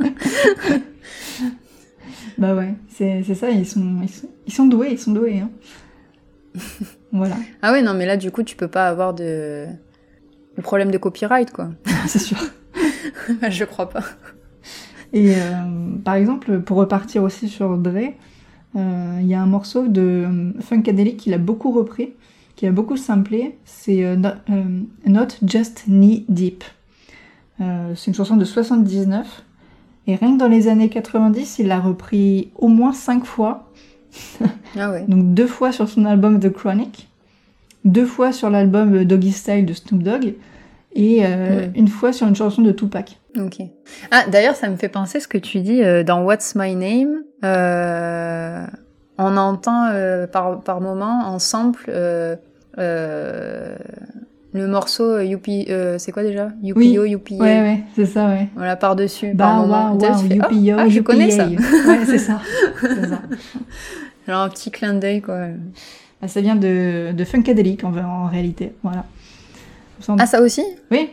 Bah ouais, c'est c'est ça, ils sont, ils, sont, ils sont doués, ils sont doués. Hein. Voilà, Ah ouais, non, mais là, du coup, tu peux pas avoir de... le problème de copyright, quoi. c'est sûr. Je crois pas. Et euh, par exemple, pour repartir aussi sur Dre, euh, il y a un morceau de euh, Funkadelic qu'il a beaucoup repris, qu'il a beaucoup samplé, c'est euh, not, euh, Not Just Knee Deep. Euh, c'est une chanson de soixante-dix-neuf, et rien que dans les années quatre-vingt-dix, il l'a repris au moins cinq fois, Ah ouais. donc deux fois sur son album The Chronic, deux fois sur l'album Doggy Style de Snoop Dogg, et euh, Mm. une fois sur une chanson de Tupac. Ok. Ah, d'ailleurs, ça me fait penser ce que tu dis euh, dans What's My Name. Euh, on entend euh, par, par moment en sample euh, euh, le morceau Youpi. Euh, c'est quoi déjà Youpio, Youpie. Ouais, ouais, c'est ça, ouais. Voilà, par-dessus, Bah, par moment. waouh, D'ailleurs, waouh, tu fais, youpi, oh, yo, ah, je connais ça. youpi, yay. Ouais, c'est ça. C'est ça. Alors, un petit clin d'œil, quoi. Ah, ça vient de, de Funkadelic, en, en réalité. Voilà. Ah, ça aussi Oui.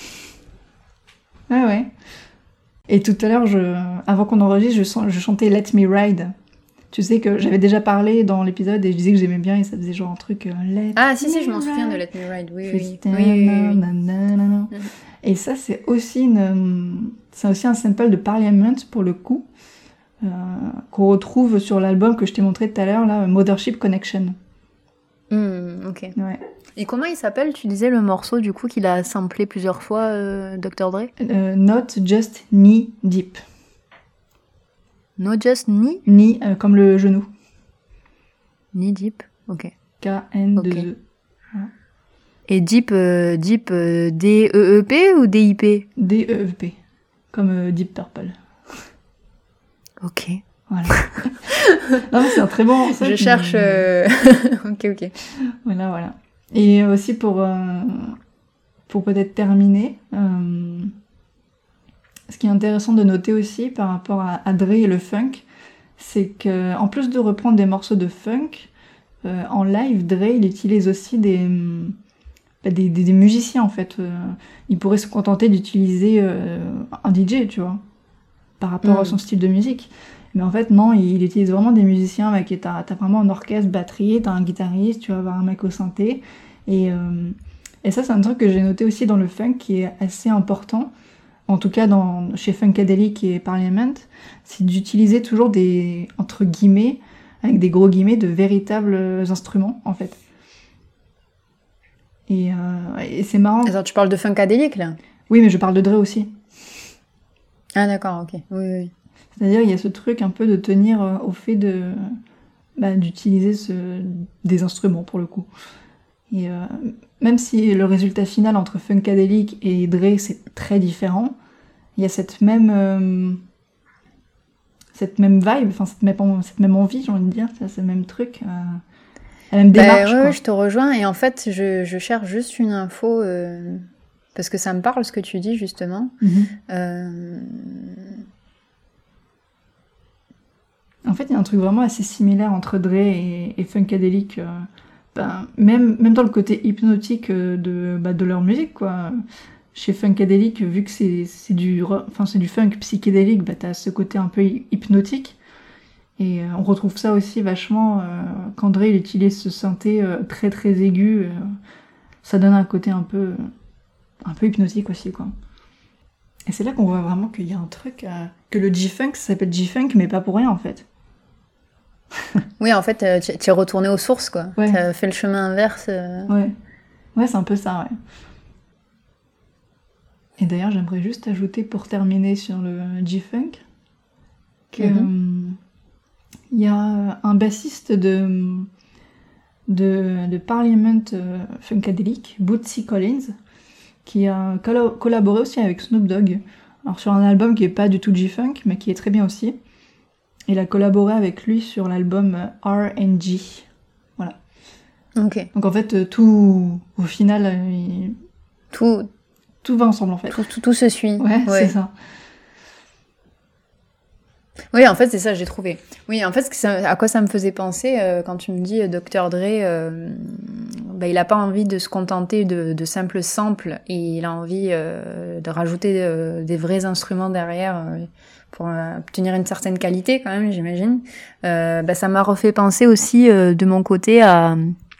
Ouais, ouais. Et tout à l'heure, je, avant qu'on enregistre, je, sens- je chantais Let Me Ride. Tu sais que j'avais déjà parlé dans l'épisode et je disais que j'aimais bien et ça faisait genre un truc euh, Let Ah, si, si, me je m'en souviens de ride. Let Me Ride. Oui, oui, oui. Juste, Oui, oui, oui, oui. nanana. Mhm. Et ça, c'est aussi, une, euh, c'est aussi un sample de Parliament pour le coup, euh, qu'on retrouve sur l'album que je t'ai montré tout à l'heure, là, Mothership Connection. Hmm, ok. Ouais. Et comment il s'appelle, tu disais, le morceau, du coup, qu'il a samplé plusieurs fois, euh, docteur Dre Euh, Not Just Knee Deep. No Just Knee Knee euh, comme le genou. Knee Deep, ok. K N deux E. Et Deep, euh, Deep euh, D E E P ou D I P D E E P. Comme euh, Deep Purple. Ok. Voilà. Non, mais c'est un très bon morceau. Je qui- cherche... euh, ok, ok. Voilà, voilà. Et aussi pour, euh, pour peut-être terminer, euh, ce qui est intéressant de noter aussi par rapport à, à Dre et le funk, c'est que en plus de reprendre des morceaux de funk, euh, en live, Dre il utilise aussi des, hum, bah, des, des, des musiciens en fait. Euh, il pourrait se contenter d'utiliser euh, un D J, tu vois, par rapport Mm. à son style de musique. Mais en fait, non, il utilise vraiment des musiciens. Bah, qui t'as, t'as vraiment un orchestre, batterie, t'as un guitariste, tu vas avoir un mec au synthé. Et, euh, et ça, c'est un truc que j'ai noté aussi dans le funk qui est assez important, en tout cas dans, chez Funkadelic et Parliament, c'est d'utiliser toujours des, entre guillemets, avec des gros guillemets, de véritables instruments, en fait. Et, euh, et c'est marrant. Attends, tu parles de Funkadelic, là Oui, mais je parle de Dre aussi. Ah, d'accord, ok. Oui, oui. C'est-à-dire, il y a ce truc un peu de tenir euh, au fait de, bah, d'utiliser ce, des instruments, pour le coup. Et euh, même si le résultat final entre Funkadelic et Dre, c'est très différent, il y a cette même, euh, cette même vibe, enfin cette même, cette même envie, j'ai envie de dire, c'est le même truc, euh, la même démarche. Bah, ouais, quoi. ouais, je te rejoins. Et en fait, je, je cherche juste une info, euh, parce que ça me parle ce que tu dis, justement. Mhm. Euh... En fait, il y a un truc vraiment assez similaire entre Dre et, et Funkadelic, euh, ben, même, même dans le côté hypnotique euh, de, bah, de leur musique, quoi. Chez Funkadelic, vu que c'est c'est du, ro- enfin, c'est du funk psychédélique, bah, t'as ce côté un peu hy- hypnotique, Et euh, on retrouve ça aussi vachement euh, qu'André il utilise ce synthé euh, très très aigu. Euh, ça donne un côté un peu, un peu hypnotique aussi, quoi. Et c'est là qu'on voit vraiment qu'il y a un truc, euh, que le G-Funk, ça s'appelle G-Funk, mais pas pour rien, en fait. Oui, en fait, euh, tu tu es retourné aux sources, quoi. Ouais. Tu as fait le chemin inverse. euh. Ouais, ouais, c'est un peu ça, ouais. Et d'ailleurs, j'aimerais juste ajouter, pour terminer sur le G-Funk, que il Mhm. euh, y a un bassiste de, de, de Parliament euh, Funkadelic, Bootsy Collins, qui a collo- collaboré aussi avec Snoop Dogg. Alors sur un album qui est pas du tout G-Funk, mais qui est très bien aussi. Il a collaboré avec lui sur l'album euh, R and G. Voilà. Ok. Donc en fait, euh, tout, au final, euh, il- Tout, tout va ensemble en fait. tout, tout, tout se suit. Ouais, c'est ça. Oui, en fait, c'est ça, j'ai trouvé. Oui, en fait, ce que ça- à quoi ça me faisait penser euh, quand tu me dis euh, docteur Dre, euh, bah, il a pas envie de se contenter de, de simples samples, et il a envie euh, de rajouter euh, des vrais instruments derrière euh, pour euh, obtenir une certaine qualité quand même, j'imagine. Euh, bah, ça m'a refait penser aussi euh, de mon côté à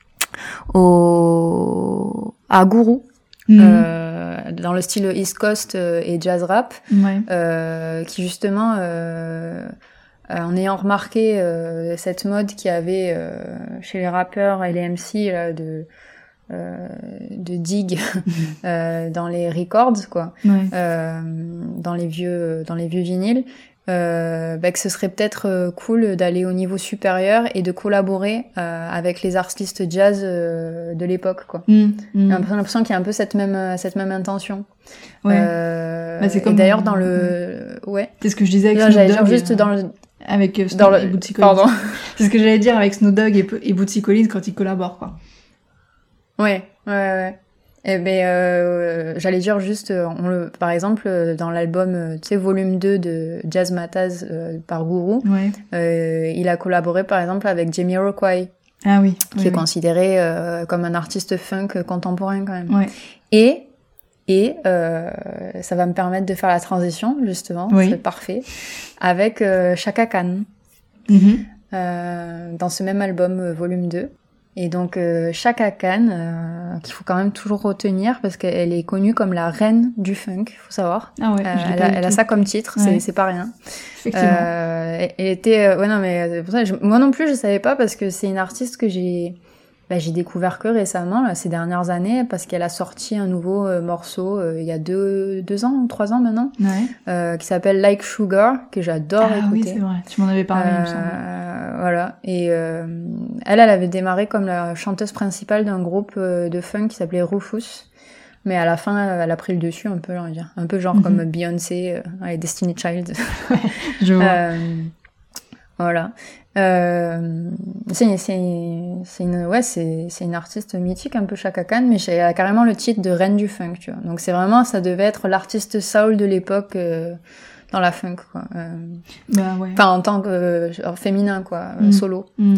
au à Guru. Mhm. Euh, dans le style East Coast euh, et jazz rap, Ouais. euh, qui justement, euh, euh, en ayant remarqué euh, cette mode qu'il y avait euh, chez les rappeurs et les M C là, de euh, de dig euh, dans les records, quoi, Ouais. euh, dans les vieux dans les vieux vinyles. Euh, bah, que ce serait peut-être euh, cool d'aller au niveau supérieur et de collaborer euh, avec les artistes jazz euh, de l'époque, quoi. Mhm. Mhm. J'ai un peu l'impression qu'il y a un peu cette même cette même intention. Ouais. Euh, Bah, c'est et comme- d'ailleurs dans le ouais. C'est ce que je disais avec Non, Snoop j'allais Dogg. dire juste euh, dans le Avec euh, Snoop dans et le Bootsy Collins. pardon. C'est ce que j'allais dire avec Snoop Dogg et, et Bootsy Collins quand ils collaborent, quoi. Ouais, ouais, ouais. Eh ben, euh, j'allais dire juste, euh, on le, par exemple, euh, dans l'album, euh, tu sais, volume deux de Jazz Mataz euh, par Guru, Ouais. euh, il a collaboré par exemple avec Jamiroquai, Ah oui. qui oui, est oui. considéré euh, comme un artiste funk contemporain quand même. Ouais. Et, et euh, ça va me permettre de faire la transition, justement, Oui. c'est parfait, avec euh, Chaka Khan, Mhm. euh, dans ce même album, euh, volume deux. Et donc euh, Chaka Khan, euh, qu'il faut quand même toujours retenir parce qu'elle est connue comme la reine du funk, faut savoir. Ah ouais, Euh, je l'ai elle pas a, du elle a tout. ça comme titre, Ouais. c'est, c'est pas rien. Effectivement. Euh, elle, elle était, euh, ouais non mais c'est pour ça, je- moi non plus je savais pas parce que c'est une artiste que j'ai, bah, j'ai découvert que récemment, là, ces dernières années, parce qu'elle a sorti un nouveau euh, morceau euh, il y a deux, deux ans ou trois ans maintenant, Ouais. euh, qui s'appelle Like Sugar, que j'adore Ah oui, écouter. c'est vrai. Tu m'en avais parlé, il me semble. Euh, voilà. Et euh, elle, elle avait démarré comme la chanteuse principale d'un groupe euh, de funk qui s'appelait Rufus. Mais à la fin, euh, elle a pris le dessus un peu, j'ai envie de dire. Un peu genre Mhm. comme Beyoncé euh, et Destiny Child. Je vois. Euh, voilà. Euh, c'est, c'est, c'est une, ouais, c'est, c'est une artiste mythique, un peu Chaka Khan, mais elle a carrément le titre de reine du funk, tu vois. Donc c'est vraiment, ça devait être l'artiste soul de l'époque euh, dans la funk, quoi. Euh, Bah ouais. Enfin, en tant que euh, genre féminin, quoi, euh, Mm. solo. Mm.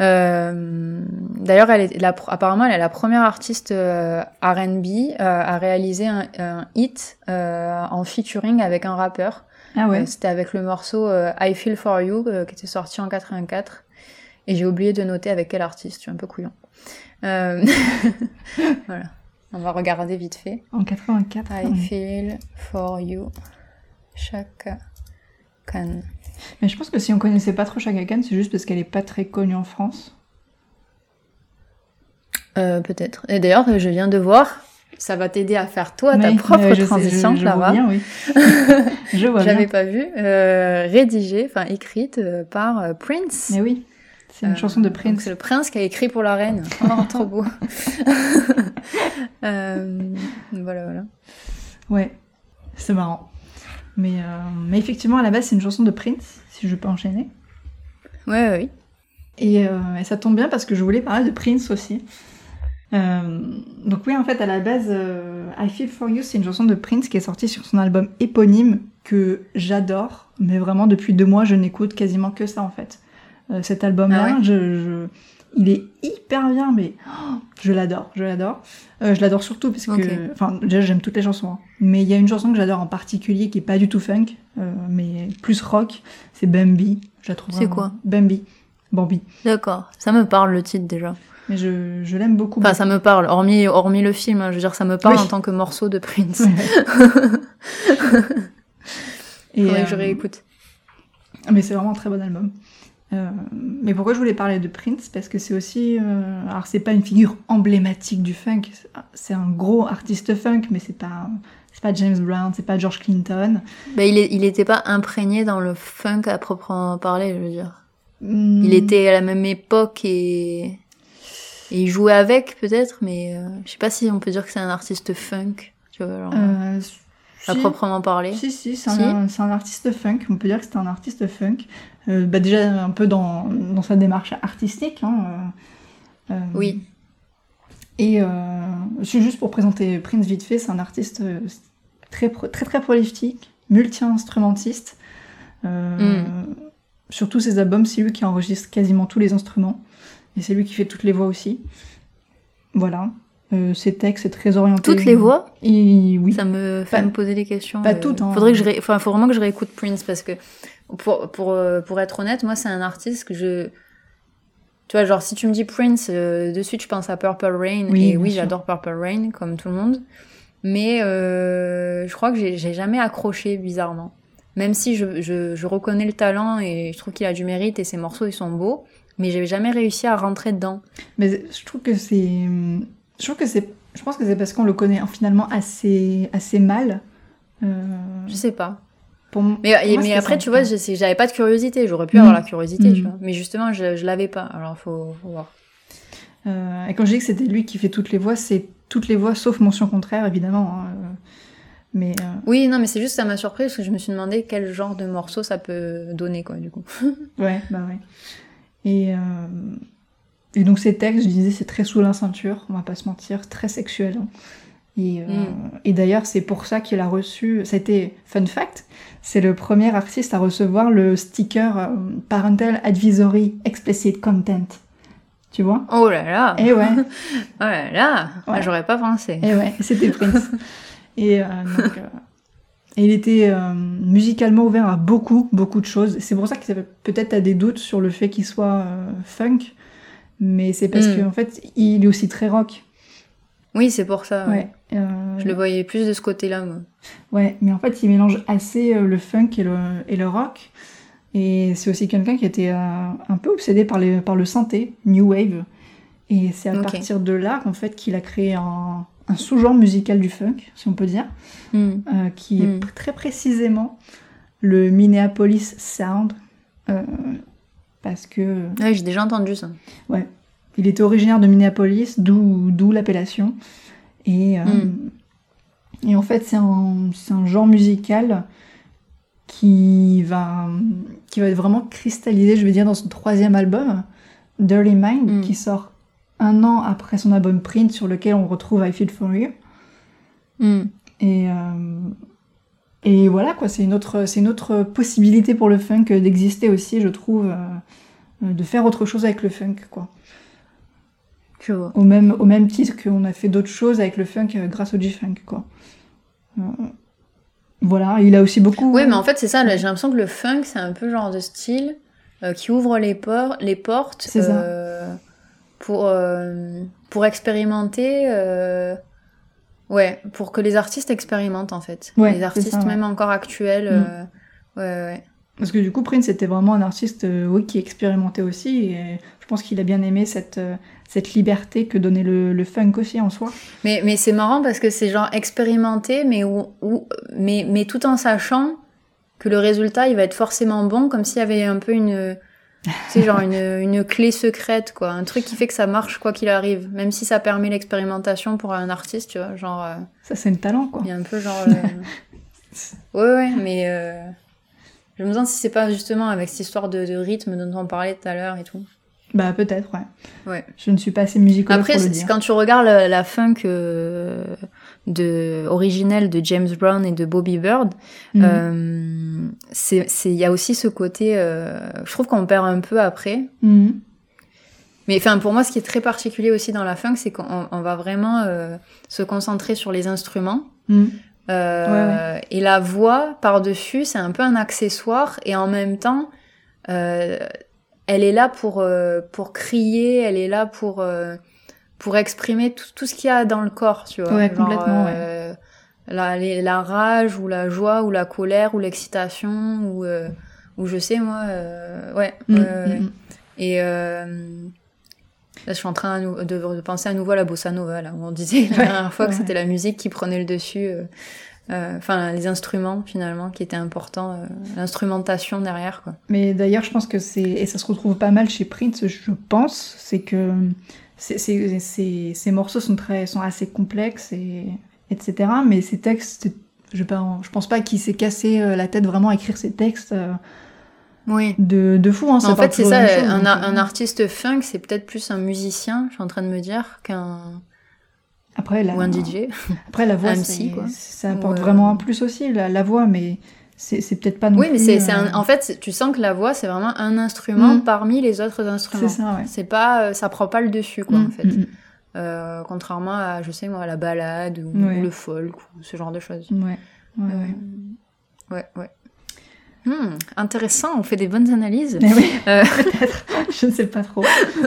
Euh, d'ailleurs, elle est la, apparemment, elle est la première artiste euh, R and B euh, à réaliser un, un hit euh, en featuring avec un rappeur. Ah ouais. Euh, c'était avec le morceau euh, I Feel For You, euh, qui était sorti en quatre-vingt-quatre. Et j'ai oublié de noter avec quel artiste, je suis un peu couillon. Euh... voilà. On va regarder vite fait. En quatre-vingt-quatre. I ouais. Feel For You, Chaka Khan. Mais je pense que si on connaissait pas trop Chaka Khan, c'est juste parce qu'elle est pas très connue en France. Euh, peut-être. Et d'ailleurs, je viens de voir, ça va t'aider à faire toi ta Oui, propre ouais, je sais, transition, je, je vois Clara. bien, oui. Je vois J'avais bien. pas vu. Euh, rédigée, enfin écrite euh, par euh, Prince. Mais oui, c'est une Euh, chanson de donc Prince. c'est le prince qui a écrit pour la reine. Oh, trop beau. euh, voilà, voilà. Ouais, c'est marrant. Mais, euh, mais effectivement, à la base, c'est une chanson de Prince, si je peux enchaîner. Ouais, ouais, oui. Et, euh, et ça tombe bien parce que je voulais parler de Prince aussi. Euh, donc oui, en fait, à la base, euh, I Feel For You, c'est une chanson de Prince qui est sortie sur son album éponyme que j'adore. Mais vraiment, depuis deux mois, je n'écoute quasiment que ça, en fait. Euh, cet album-là, Ah ouais je, je... il est hyper bien, mais oh, je l'adore, je l'adore. Euh, je l'adore surtout parce que, Okay. enfin, déjà j'aime toutes les chansons, hein. Mais il y a une chanson que j'adore en particulier qui est pas du tout funk, euh, mais plus rock, c'est Bambi. Je la trouve C'est vraiment- quoi Bambi. Bambi. D'accord. Ça me parle le titre déjà. Mais je, je l'aime beaucoup. Enfin, ça me parle, hormis, hormis le film, hein, je veux dire, ça me parle Oui. en tant que morceau de Prince. Et, Faudrait euh, que je réécoute. mais c'est vraiment un très bon album. Euh, mais pourquoi je voulais parler de Prince? Parce que c'est aussi... euh, alors c'est pas une figure emblématique du funk, c'est un gros artiste funk, mais c'est pas, c'est pas James Brown, c'est pas George Clinton. Bah, il, est, il était pas imprégné dans le funk à proprement parler, je veux dire. Hmm, Il était à la même époque et, et il jouait avec, peut-être, mais euh, je sais pas si on peut dire que c'est un artiste funk, tu vois, genre, euh, à si, proprement parler. si, si, c'est Si. un, c'est un artiste funk, on peut dire que c'est un artiste funk. Euh, bah déjà un peu dans, dans sa démarche artistique. Hein, euh, euh, Oui. Et euh, c'est juste pour présenter Prince vite fait, c'est un artiste euh, très, pro- très très prolifique, multi-instrumentiste. Euh, Mm. Sur tous ses albums, c'est lui qui enregistre quasiment tous les instruments. Et c'est lui qui fait toutes les voix aussi. Voilà. Euh, ses textes, c'est très orienté. Toutes les voix, Et oui. ça me fait Pas- me poser des questions. pas euh, toutes, hein. Faudrait que je ré... enfin, faut vraiment que je réécoute Prince parce que, pour, pour, euh, pour être honnête, moi, c'est un artiste que je... Tu vois, genre, si tu me dis Prince, euh, de suite, je pense à Purple Rain. Oui, et bien oui, sûr. j'adore Purple Rain, comme tout le monde. Mais euh, je crois que j'ai, j'ai jamais accroché, bizarrement. Même si je, je, je reconnais le talent et je trouve qu'il a du mérite et ses morceaux, ils sont beaux. Mais j'ai jamais réussi à rentrer dedans. Mais je trouve que c'est. Je trouve que c'est. Je pense que c'est parce qu'on le connaît finalement assez, assez mal. Euh, Je sais pas. pour m- Mais, pour moi, mais c'était après, ça, tu vois, ouais. je sais- j'avais pas de curiosité. J'aurais pu Mm. avoir la curiosité, Mm. tu vois. Mais justement, je, je l'avais pas. Alors, faut, faut voir. Euh, et quand je dis que c'était lui qui fait toutes les voix, c'est toutes les voix sauf mention contraire, évidemment. Hein, euh, mais euh, Oui, non, mais c'est juste, ça m'a surpris parce que je me suis demandé quel genre de morceau ça peut donner, quoi, du coup. ouais, bah ouais. Et, euh, et donc ces textes, je disais, c'est très sous la ceinture, on va pas se mentir, très sexuel. Hein. Et, euh, Mm. et d'ailleurs, c'est pour ça qu'il a reçu. Ça a été fun fact. C'est le premier artiste à recevoir le sticker euh, Parental Advisory Explicit Content. Tu vois? Oh là là! Et ouais. Oh là là! Ouais. Ah, j'aurais pas pensé. Et ouais, c'était Prince. Et euh, donc, euh, et il était euh, musicalement ouvert à beaucoup, beaucoup de choses. C'est pour ça que peut-être t'as des doutes sur le fait qu'il soit euh, funk, mais c'est parce Mm. qu'en fait, il est aussi très rock. Oui, c'est pour ça. Ouais. Ouais. Euh, Je le voyais plus de ce côté-là, moi. ouais, mais en fait, il mélange assez euh, le funk et le, et le rock. Et c'est aussi quelqu'un qui était euh, un peu obsédé par, les, par le synthé, New Wave. Et c'est à Ok. partir de là, en fait, qu'il a créé un, un sous-genre musical du funk, si on peut dire, Mm. euh, qui est Mm. pr- très précisément le Minneapolis Sound. Euh, parce que, Ouais, j'ai déjà entendu ça. ouais, il était originaire de Minneapolis, d'où, d'où l'appellation. Et, euh, Mm. et en fait, c'est un, c'est un genre musical qui va, qui va être vraiment cristallisé, je veux dire, dans son troisième album, Dirty Mind, Mm. qui sort un an après son album Print, sur lequel on retrouve I Feel For You. Mm. Et, euh, et voilà, quoi, c'est une, autre, c'est une autre possibilité pour le funk d'exister aussi, je trouve, euh, de faire autre chose avec le funk, quoi. Je vois. Au même, au même titre qu'on a fait d'autres choses avec le funk euh, grâce au G-Funk, quoi. Euh, voilà, il a aussi beaucoup... Oui, mais en fait, c'est ça. là, J'ai l'impression que le funk, c'est un peu le genre de style euh, qui ouvre les, por- les portes C'est ça. euh, pour, euh, pour expérimenter. euh, Ouais, pour que les artistes expérimentent, en fait. Ouais, les c'est artistes, ça, ouais. même encore actuels. Mm. euh, Ouais, ouais. Parce que du coup, Prince était vraiment un artiste euh, oui, qui expérimentait aussi, et je pense qu'il a bien aimé cette, euh, cette liberté que donnait le, le funk aussi en soi. Mais, mais c'est marrant parce que c'est genre expérimenté, mais, où, où, mais, mais tout en sachant que le résultat, il va être forcément bon, comme s'il y avait un peu une... Tu sais, genre une, une clé secrète, quoi. Un truc qui fait que ça marche quoi qu'il arrive. Même si ça permet l'expérimentation pour un artiste, tu vois. Genre, euh, Ça, c'est le talent, quoi. il y a un peu genre... le- Ouais, ouais, mais... Euh... Je me demande si c'est pas justement avec cette histoire de, de rythme dont on parlait tout à l'heure et tout. Bah, peut-être, ouais. Ouais. Je ne suis pas assez musicologue Après, pour le c'est- dire. quand tu regardes la, la funk euh, de, originelle de James Brown et de Bobby Bird, Mhm. euh, c'est, c'est, il y a aussi ce côté, euh, je trouve qu'on perd un peu après. Mhm. Mais enfin, pour moi, ce qui est très particulier aussi dans la funk, c'est qu'on on va vraiment euh, se concentrer sur les instruments. Mm. Euh, Ouais, ouais. Et la voix, par-dessus, c'est un peu un accessoire. Et en même temps, euh, elle est là pour, euh, pour crier, elle est là pour, euh, pour exprimer tout, tout ce qu'il y a dans le corps, tu vois. Ouais, Genre, complètement, euh, ouais. La, les, la rage, ou la joie, ou la colère, ou l'excitation, ou, euh, ou je sais, moi... Euh, ouais, Mm, ouais, ouais, ouais. mm, mm. Et... Euh, Là, je suis en train de, de, de penser à nouveau à la bossa nova, là, où on disait la Ouais, dernière fois que ouais. c'était la musique qui prenait le dessus, euh, euh, enfin, les instruments, finalement, qui étaient importants, euh, l'instrumentation derrière, quoi. Mais d'ailleurs, je pense que c'est... Et ça se retrouve pas mal chez Prince, je pense, c'est que c'est, c'est, c'est, ces morceaux sont, très, sont assez complexes, et, etc. Mais ces textes, je, je pense pas qu'il s'est cassé la tête vraiment à écrire ces textes euh, Oui. de, de fou. Hein, ça En parle fait, c'est toujours ça, de la même chose, un, donc, un euh, artiste funk, c'est peut-être plus un musicien, je suis en train de me dire, qu'un... Après, la, ou un D J. Après, la voix, Un c'est, M C, quoi. ça apporte Ou, euh, vraiment un plus aussi, la, la voix, mais c'est, c'est peut-être pas non Oui, plus... mais c'est, c'est un, euh, en fait, c'est- tu sens que la voix, c'est vraiment un instrument Mm. parmi les autres instruments. C'est ça, ouais. C'est pas, euh, ça prend pas le dessus, quoi, Mm, en fait. mm, Euh, contrairement à, je sais moi, à la balade ou, Ouais. ou le folk ou ce genre de choses. mm. Ouais, ouais, ouais. Euh, ouais, ouais. Hmm, intéressant, on fait des bonnes analyses. Mais oui, Euh, peut-être, je ne sais pas trop.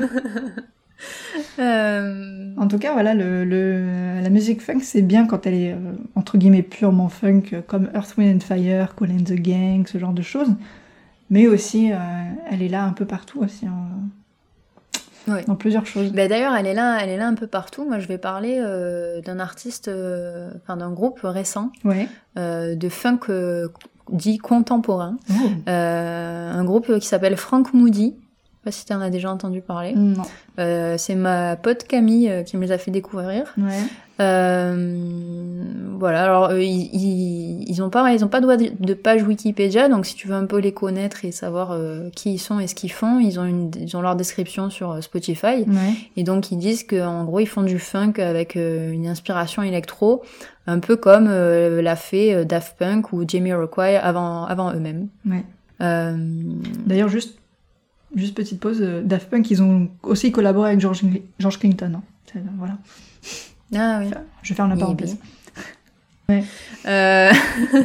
euh, En tout cas, voilà, le, le, la musique funk, c'est bien quand elle est, euh, entre guillemets, purement funk, euh, comme Earth, Wind and Fire, Kool and the Gang, ce genre de choses. Mais aussi, euh, elle est là un peu partout aussi, hein, ouais. dans plusieurs choses. Ben, d'ailleurs, elle est là, elle est là un peu partout. Moi, je vais parler euh, d'un artiste, euh, enfin d'un groupe récent Ouais. euh, de funk euh, dit contemporain. Oh. Euh, un groupe qui s'appelle Frank Moody. Je sais pas si tu en as déjà entendu parler. Non. Euh, c'est ma pote Camille euh, qui me les a fait découvrir. Ouais. Euh, voilà, alors euh, ils, ils, ils ont pas, ils ont pas de, de page Wikipédia, donc si tu veux un peu les connaître et savoir euh, qui ils sont et ce qu'ils font, ils ont une, ils ont leur description sur euh, Spotify. Ouais. Et donc ils disent qu'en gros ils font du funk avec euh, une inspiration électro, un peu comme euh, l'a fait euh, Daft Punk ou Jamiroquai avant, avant eux-mêmes. Ouais. Euh, D'ailleurs, juste, juste petite pause, euh, Daft Punk, ils ont aussi collaboré avec George, George Clinton. Hein. C'est- Voilà. Ah oui. Enfin, je vais faire la parenthèse. Euh...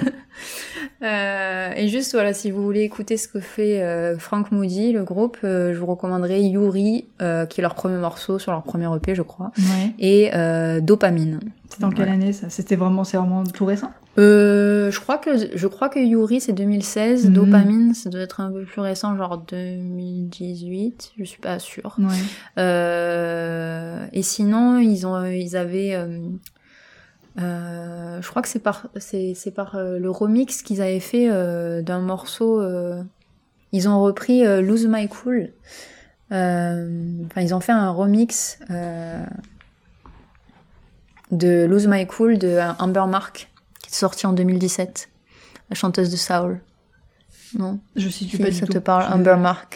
euh, et juste voilà, si vous voulez écouter ce que fait euh, Frank Moody, le groupe, euh, je vous recommanderais Yuri, euh, qui est leur premier morceau sur leur premier E P, je crois, Ouais. et euh, Dopamine. C'était en quelle Voilà. année ça? C'était vraiment, c'est vraiment tout récent? Euh, je crois que je crois que Yuri c'est deux mille seize, Mhm. Dopamine ça doit être un peu plus récent, genre deux mille dix-huit, je suis pas sûre. Ouais. Euh, et sinon, ils ont, ils avaient, euh, euh, je crois que c'est par, c'est, c'est par euh, le remix qu'ils avaient fait euh, d'un morceau. Euh, ils ont repris euh, Lose My Cool. Euh, Enfin, ils ont fait un remix euh, de Lose My Cool de Amber Mark, qui est sorti en deux mille dix-sept, la chanteuse de soul. Non, Je situe si pas du ça tout. te parle, Je- Amber Mark.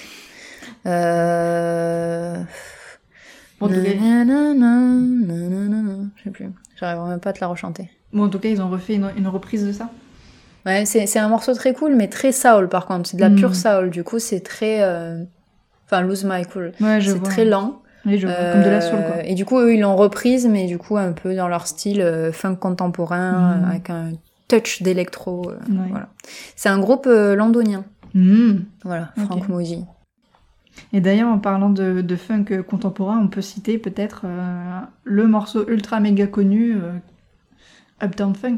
Euh... Bon, en tout cas, Nanana, je sais plus. J'arrive même pas à te la rechanter. bon, en tout cas, ils ont refait une, une reprise de ça. Ouais, c'est, c'est un morceau très cool, mais très soul par contre. C'est de la Mm. pure soul. Du coup, c'est très. euh, Enfin, Lose My Cool. Ouais, je C'est vois. très lent. Oui, je vois. Comme de la soul, Euh, quoi. Et du coup, eux, ils l'ont reprise, mais du coup, un peu dans leur style euh, funk contemporain, Mm. euh, avec un touch d'électro. euh, Ouais. Voilà. C'est un groupe euh, londonien. Mm. Voilà, Ok. Frank Moody. Et d'ailleurs, en parlant de, de funk euh, contemporain, on peut citer peut-être euh, le morceau ultra méga connu, euh, Uptown Funk.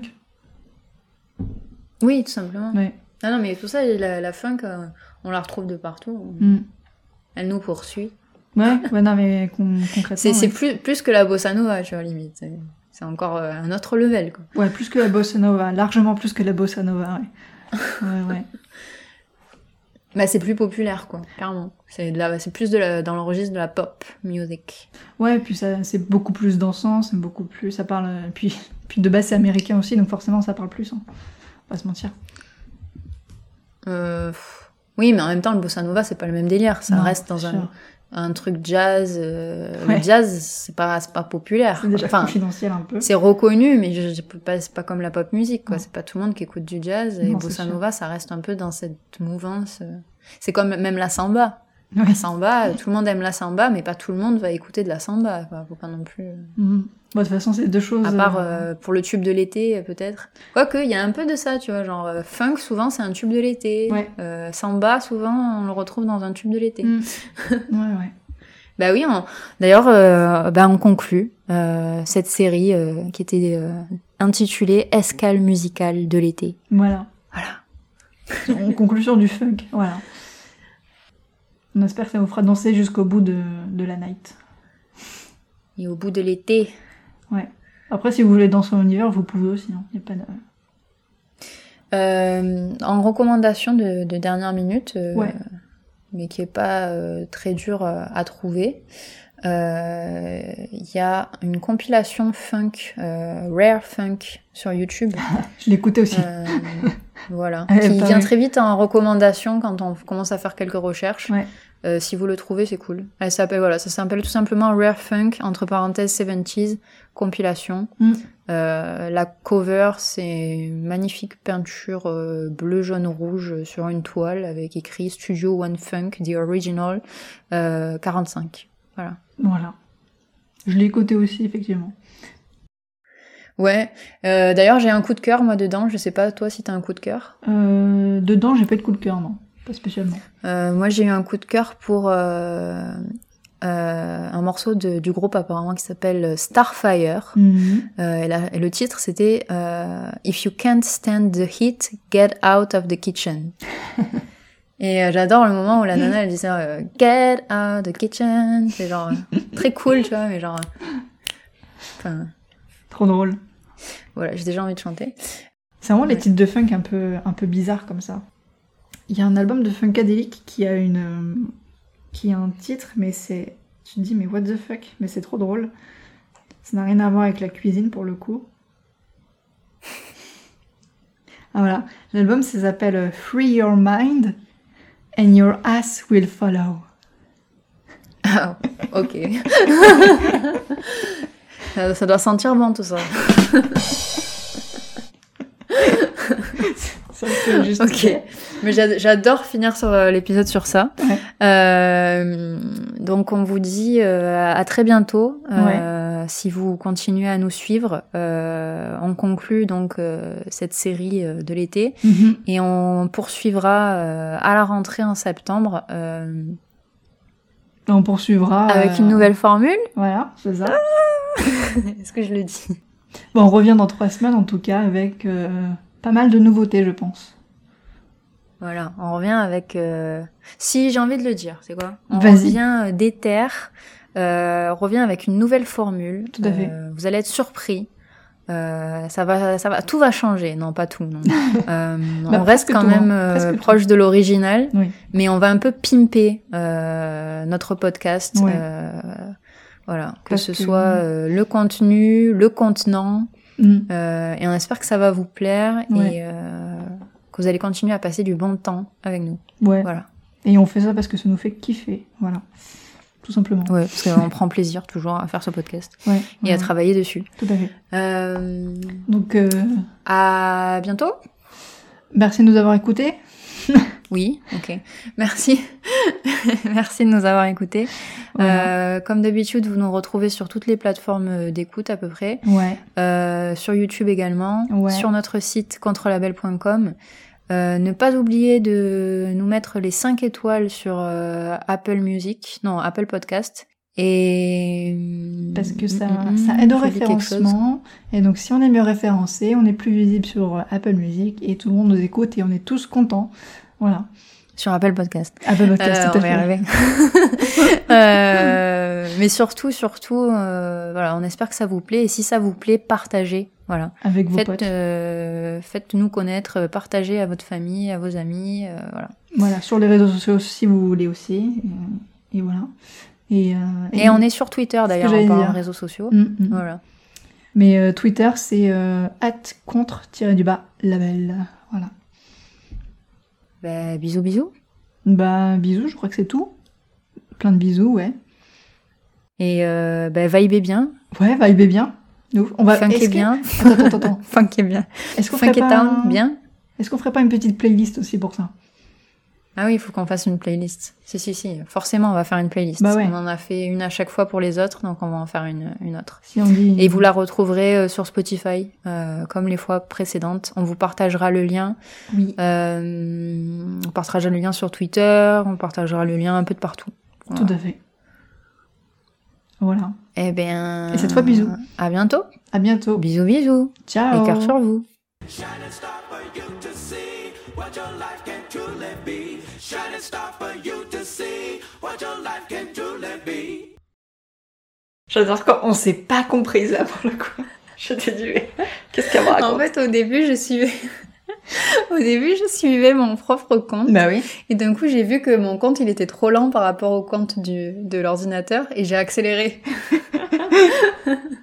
Oui, tout simplement. Ouais. Ah non, mais tout ça, la, la funk, euh, on la retrouve de partout. Mm. Elle nous poursuit. Ouais, ouais, non, mais con- concrètement. C'est, c'est ouais. plus, plus que la bossa nova, tu vois, limite. C'est, c'est encore euh, un autre level, quoi. Ouais, plus que la bossa nova, largement plus que la bossa nova, ouais. Ouais, ouais. Bah, c'est plus populaire, quoi, clairement. C'est, de la, c'est plus de la, dans le registre de la pop music. Ouais, puis ça, c'est beaucoup plus dansant, c'est beaucoup plus. Ça parle. euh, Puis, puis de base, c'est américain aussi, donc forcément, ça parle plus. Hein. On va pas se mentir. Euh, pff, oui, mais en même temps, le bossa nova, c'est pas le même délire. Ça Non, reste dans c'est un, sûr. un truc jazz. Euh, Ouais. Le jazz, c'est pas, c'est pas populaire. C'est déjà Enfin, confidentiel un peu. c'est reconnu, mais je, je peux pas, c'est pas comme la pop musique, quoi. Non. C'est pas tout le monde qui écoute du jazz. Et Non, c'est bossa sûr. nova, ça reste un peu dans cette mouvance. euh. C'est comme même la samba. La samba, tout le monde aime la samba, mais pas tout le monde va écouter de la samba. Quoi. Faut pas non plus. Mmh. Bon, de toute façon, c'est deux choses. À part euh, pour le tube de l'été, peut-être. Quoique, il y a un peu de ça, tu vois. Genre, euh, funk, souvent, c'est un tube de l'été. Ouais. Euh, samba, souvent, on le retrouve dans un tube de l'été. Mmh. ouais, ouais. Bah oui, on... d'ailleurs, euh, bah on conclut euh, cette série euh, qui était euh, intitulée Escale musicale de l'été. Voilà. Voilà. En conclusion du funk, voilà. On espère que ça vous fera danser jusqu'au bout de, de la night. Et au bout de l'été. Ouais. Après, si vous voulez danser en hiver, vous pouvez aussi. Hein. Y a pas de... euh, en recommandation de, de dernière minute, euh, ouais. mais qui est pas euh, très dur euh, à trouver, il euh, y a une compilation funk, euh, Rare Funk sur YouTube. Je l'écoutais aussi. Euh, voilà. Elle Qui est vient pas... très vite en recommandation quand on commence à faire quelques recherches. Ouais. Euh, si vous le trouvez, c'est cool. Elle s'appelle, voilà, ça s'appelle tout simplement Rare Funk, entre parenthèses soixante-dix, compilation. Mm. Euh, la cover, c'est une magnifique peinture euh, bleu, jaune, rouge sur une toile avec écrit Studio One Funk, The Original, euh, quarante-cinq. Voilà. Voilà. Je l'ai écouté aussi, effectivement. Ouais. Euh, d'ailleurs, j'ai un coup de cœur, moi, dedans. Je sais pas, toi, si t'as un coup de cœur. Euh, dedans, j'ai pas de coup de cœur, non. Pas spécialement. Euh, moi, j'ai eu un coup de cœur pour euh, euh, un morceau de, du groupe apparemment qui s'appelle Starfire. Mm-hmm. Euh, et, la, et le titre, c'était euh, If you can't stand the heat, get out of the kitchen. Et euh, j'adore le moment où la nana elle dit ça, euh, get out of the kitchen. C'est genre euh, très cool, tu vois, mais genre. Enfin. Euh, Trop drôle. Voilà, j'ai déjà envie de chanter. C'est vraiment ouais. les titres de funk un peu, un peu bizarres comme ça. Il y a un album de Funkadelic qui a une, qui a un titre, mais c'est, tu te dis mais what the fuck, mais c'est trop drôle. Ça n'a rien à voir avec la cuisine pour le coup. Ah voilà, l'album ça s'appelle Free Your Mind and Your Ass Will Follow. Ah, ok. ça, ça doit sentir bon tout ça. Ça fait juste ok. Mais j'adore finir sur euh, l'épisode sur ça. Ouais. Euh, donc on vous dit euh, à très bientôt. Euh, ouais. Si vous continuez à nous suivre, euh, on conclut donc euh, cette série euh, de l'été mm-hmm. et on poursuivra euh, à la rentrée en septembre. Euh, on poursuivra avec euh... une nouvelle formule. Voilà, c'est ça. Ah Est-ce que je le dis? Bon, on revient dans trois semaines en tout cas avec euh, pas mal de nouveautés, je pense. Voilà, on revient avec... Euh... Si, j'ai envie de le dire, c'est quoi? On Vas-y. revient euh, d'éther, euh, on revient avec une nouvelle formule. Tout à fait. Euh, vous allez être surpris. Euh, ça va, ça va, tout va changer. Non, pas tout, non. Euh, bah, on reste quand tout, même hein. euh, proche tout. de l'original, oui. mais on va un peu pimper euh, notre podcast. Ouais. Euh, voilà, que Parce ce que... soit euh, le contenu, le contenant, mm. euh, et on espère que ça va vous plaire ouais. et euh, que vous allez continuer à passer du bon temps avec nous. Ouais. Voilà. Et on fait ça parce que ça nous fait kiffer, voilà. Tout simplement. Ouais, parce qu'on prend plaisir toujours à faire ce podcast ouais, et ouais. à travailler dessus. Tout à fait. Euh... Donc, euh... à bientôt. Merci de nous avoir écoutés. Oui, ok. Merci. Merci de nous avoir écoutés. Voilà. Euh, comme d'habitude, vous nous retrouvez sur toutes les plateformes d'écoute à peu près. Ouais. Euh, sur YouTube également. Ouais. Sur notre site contrelabel point com. Euh, ne pas oublier de nous mettre les cinq étoiles sur euh, Apple Music, non, Apple Podcast. Et... Parce que ça, mmh, ça aide au référencement. Et donc, si on est mieux référencé, on est plus visible sur Apple Music et tout le monde nous écoute et on est tous contents. Voilà. Sur Apple Podcast. Apple Podcast, euh, tout à on fait. va y arriver. euh, mais surtout, surtout, euh, voilà, on espère que ça vous plaît. Et si ça vous plaît, partagez. Voilà. Avec vos Faites, potes. Euh, faites-nous connaître, partagez à votre famille, à vos amis, euh, voilà. Voilà, sur les réseaux sociaux si vous voulez aussi. Et, et voilà. Et, euh, et, et on est sur Twitter d'ailleurs, en parlant de réseaux sociaux. Mm, mm. Voilà. Mais euh, Twitter, c'est euh, at contre-du-bas label. Voilà. Bah, bisous, bisous. Bah, bisous, je crois que c'est tout. Plein de bisous, ouais. Et euh, bah, vibez bien. Ouais, vibez bien. Ouf. On va Funkez bien. Que... Attends, attends, attends. Funkez bien. Est-ce qu'on Funkez ferait pas town, un... bien. Est-ce qu'on ferait pas une petite playlist aussi pour ça? Ah oui, il faut qu'on fasse une playlist. Si, si, si. Forcément, on va faire une playlist. Bah ouais. On en a fait une à chaque fois pour les autres, donc on va en faire une, une autre. Si on dit... Et vous la retrouverez euh, sur Spotify, euh, comme les fois précédentes. On vous partagera le lien. Oui. Euh, on partagera le lien sur Twitter, on partagera le lien un peu de partout. Voilà. Tout à fait. Voilà. Eh bien... Et cette fois, bisous. À bientôt. À bientôt. Bisous, bisous. Ciao. Et cœur sur vous. Shining star for you to see what your life can truly be. Shining star for you to see what your life can truly be. J'adore quand on s'est pas comprise là pour le coup. Je t'ai dit, mais qu'est-ce qu'elle me raconte? En fait, au début, je suivais... au début, je suivais mon propre compte. Bah oui. Et d'un coup, j'ai vu que mon compte, il était trop lent par rapport au compte du, de l'ordinateur et j'ai accéléré.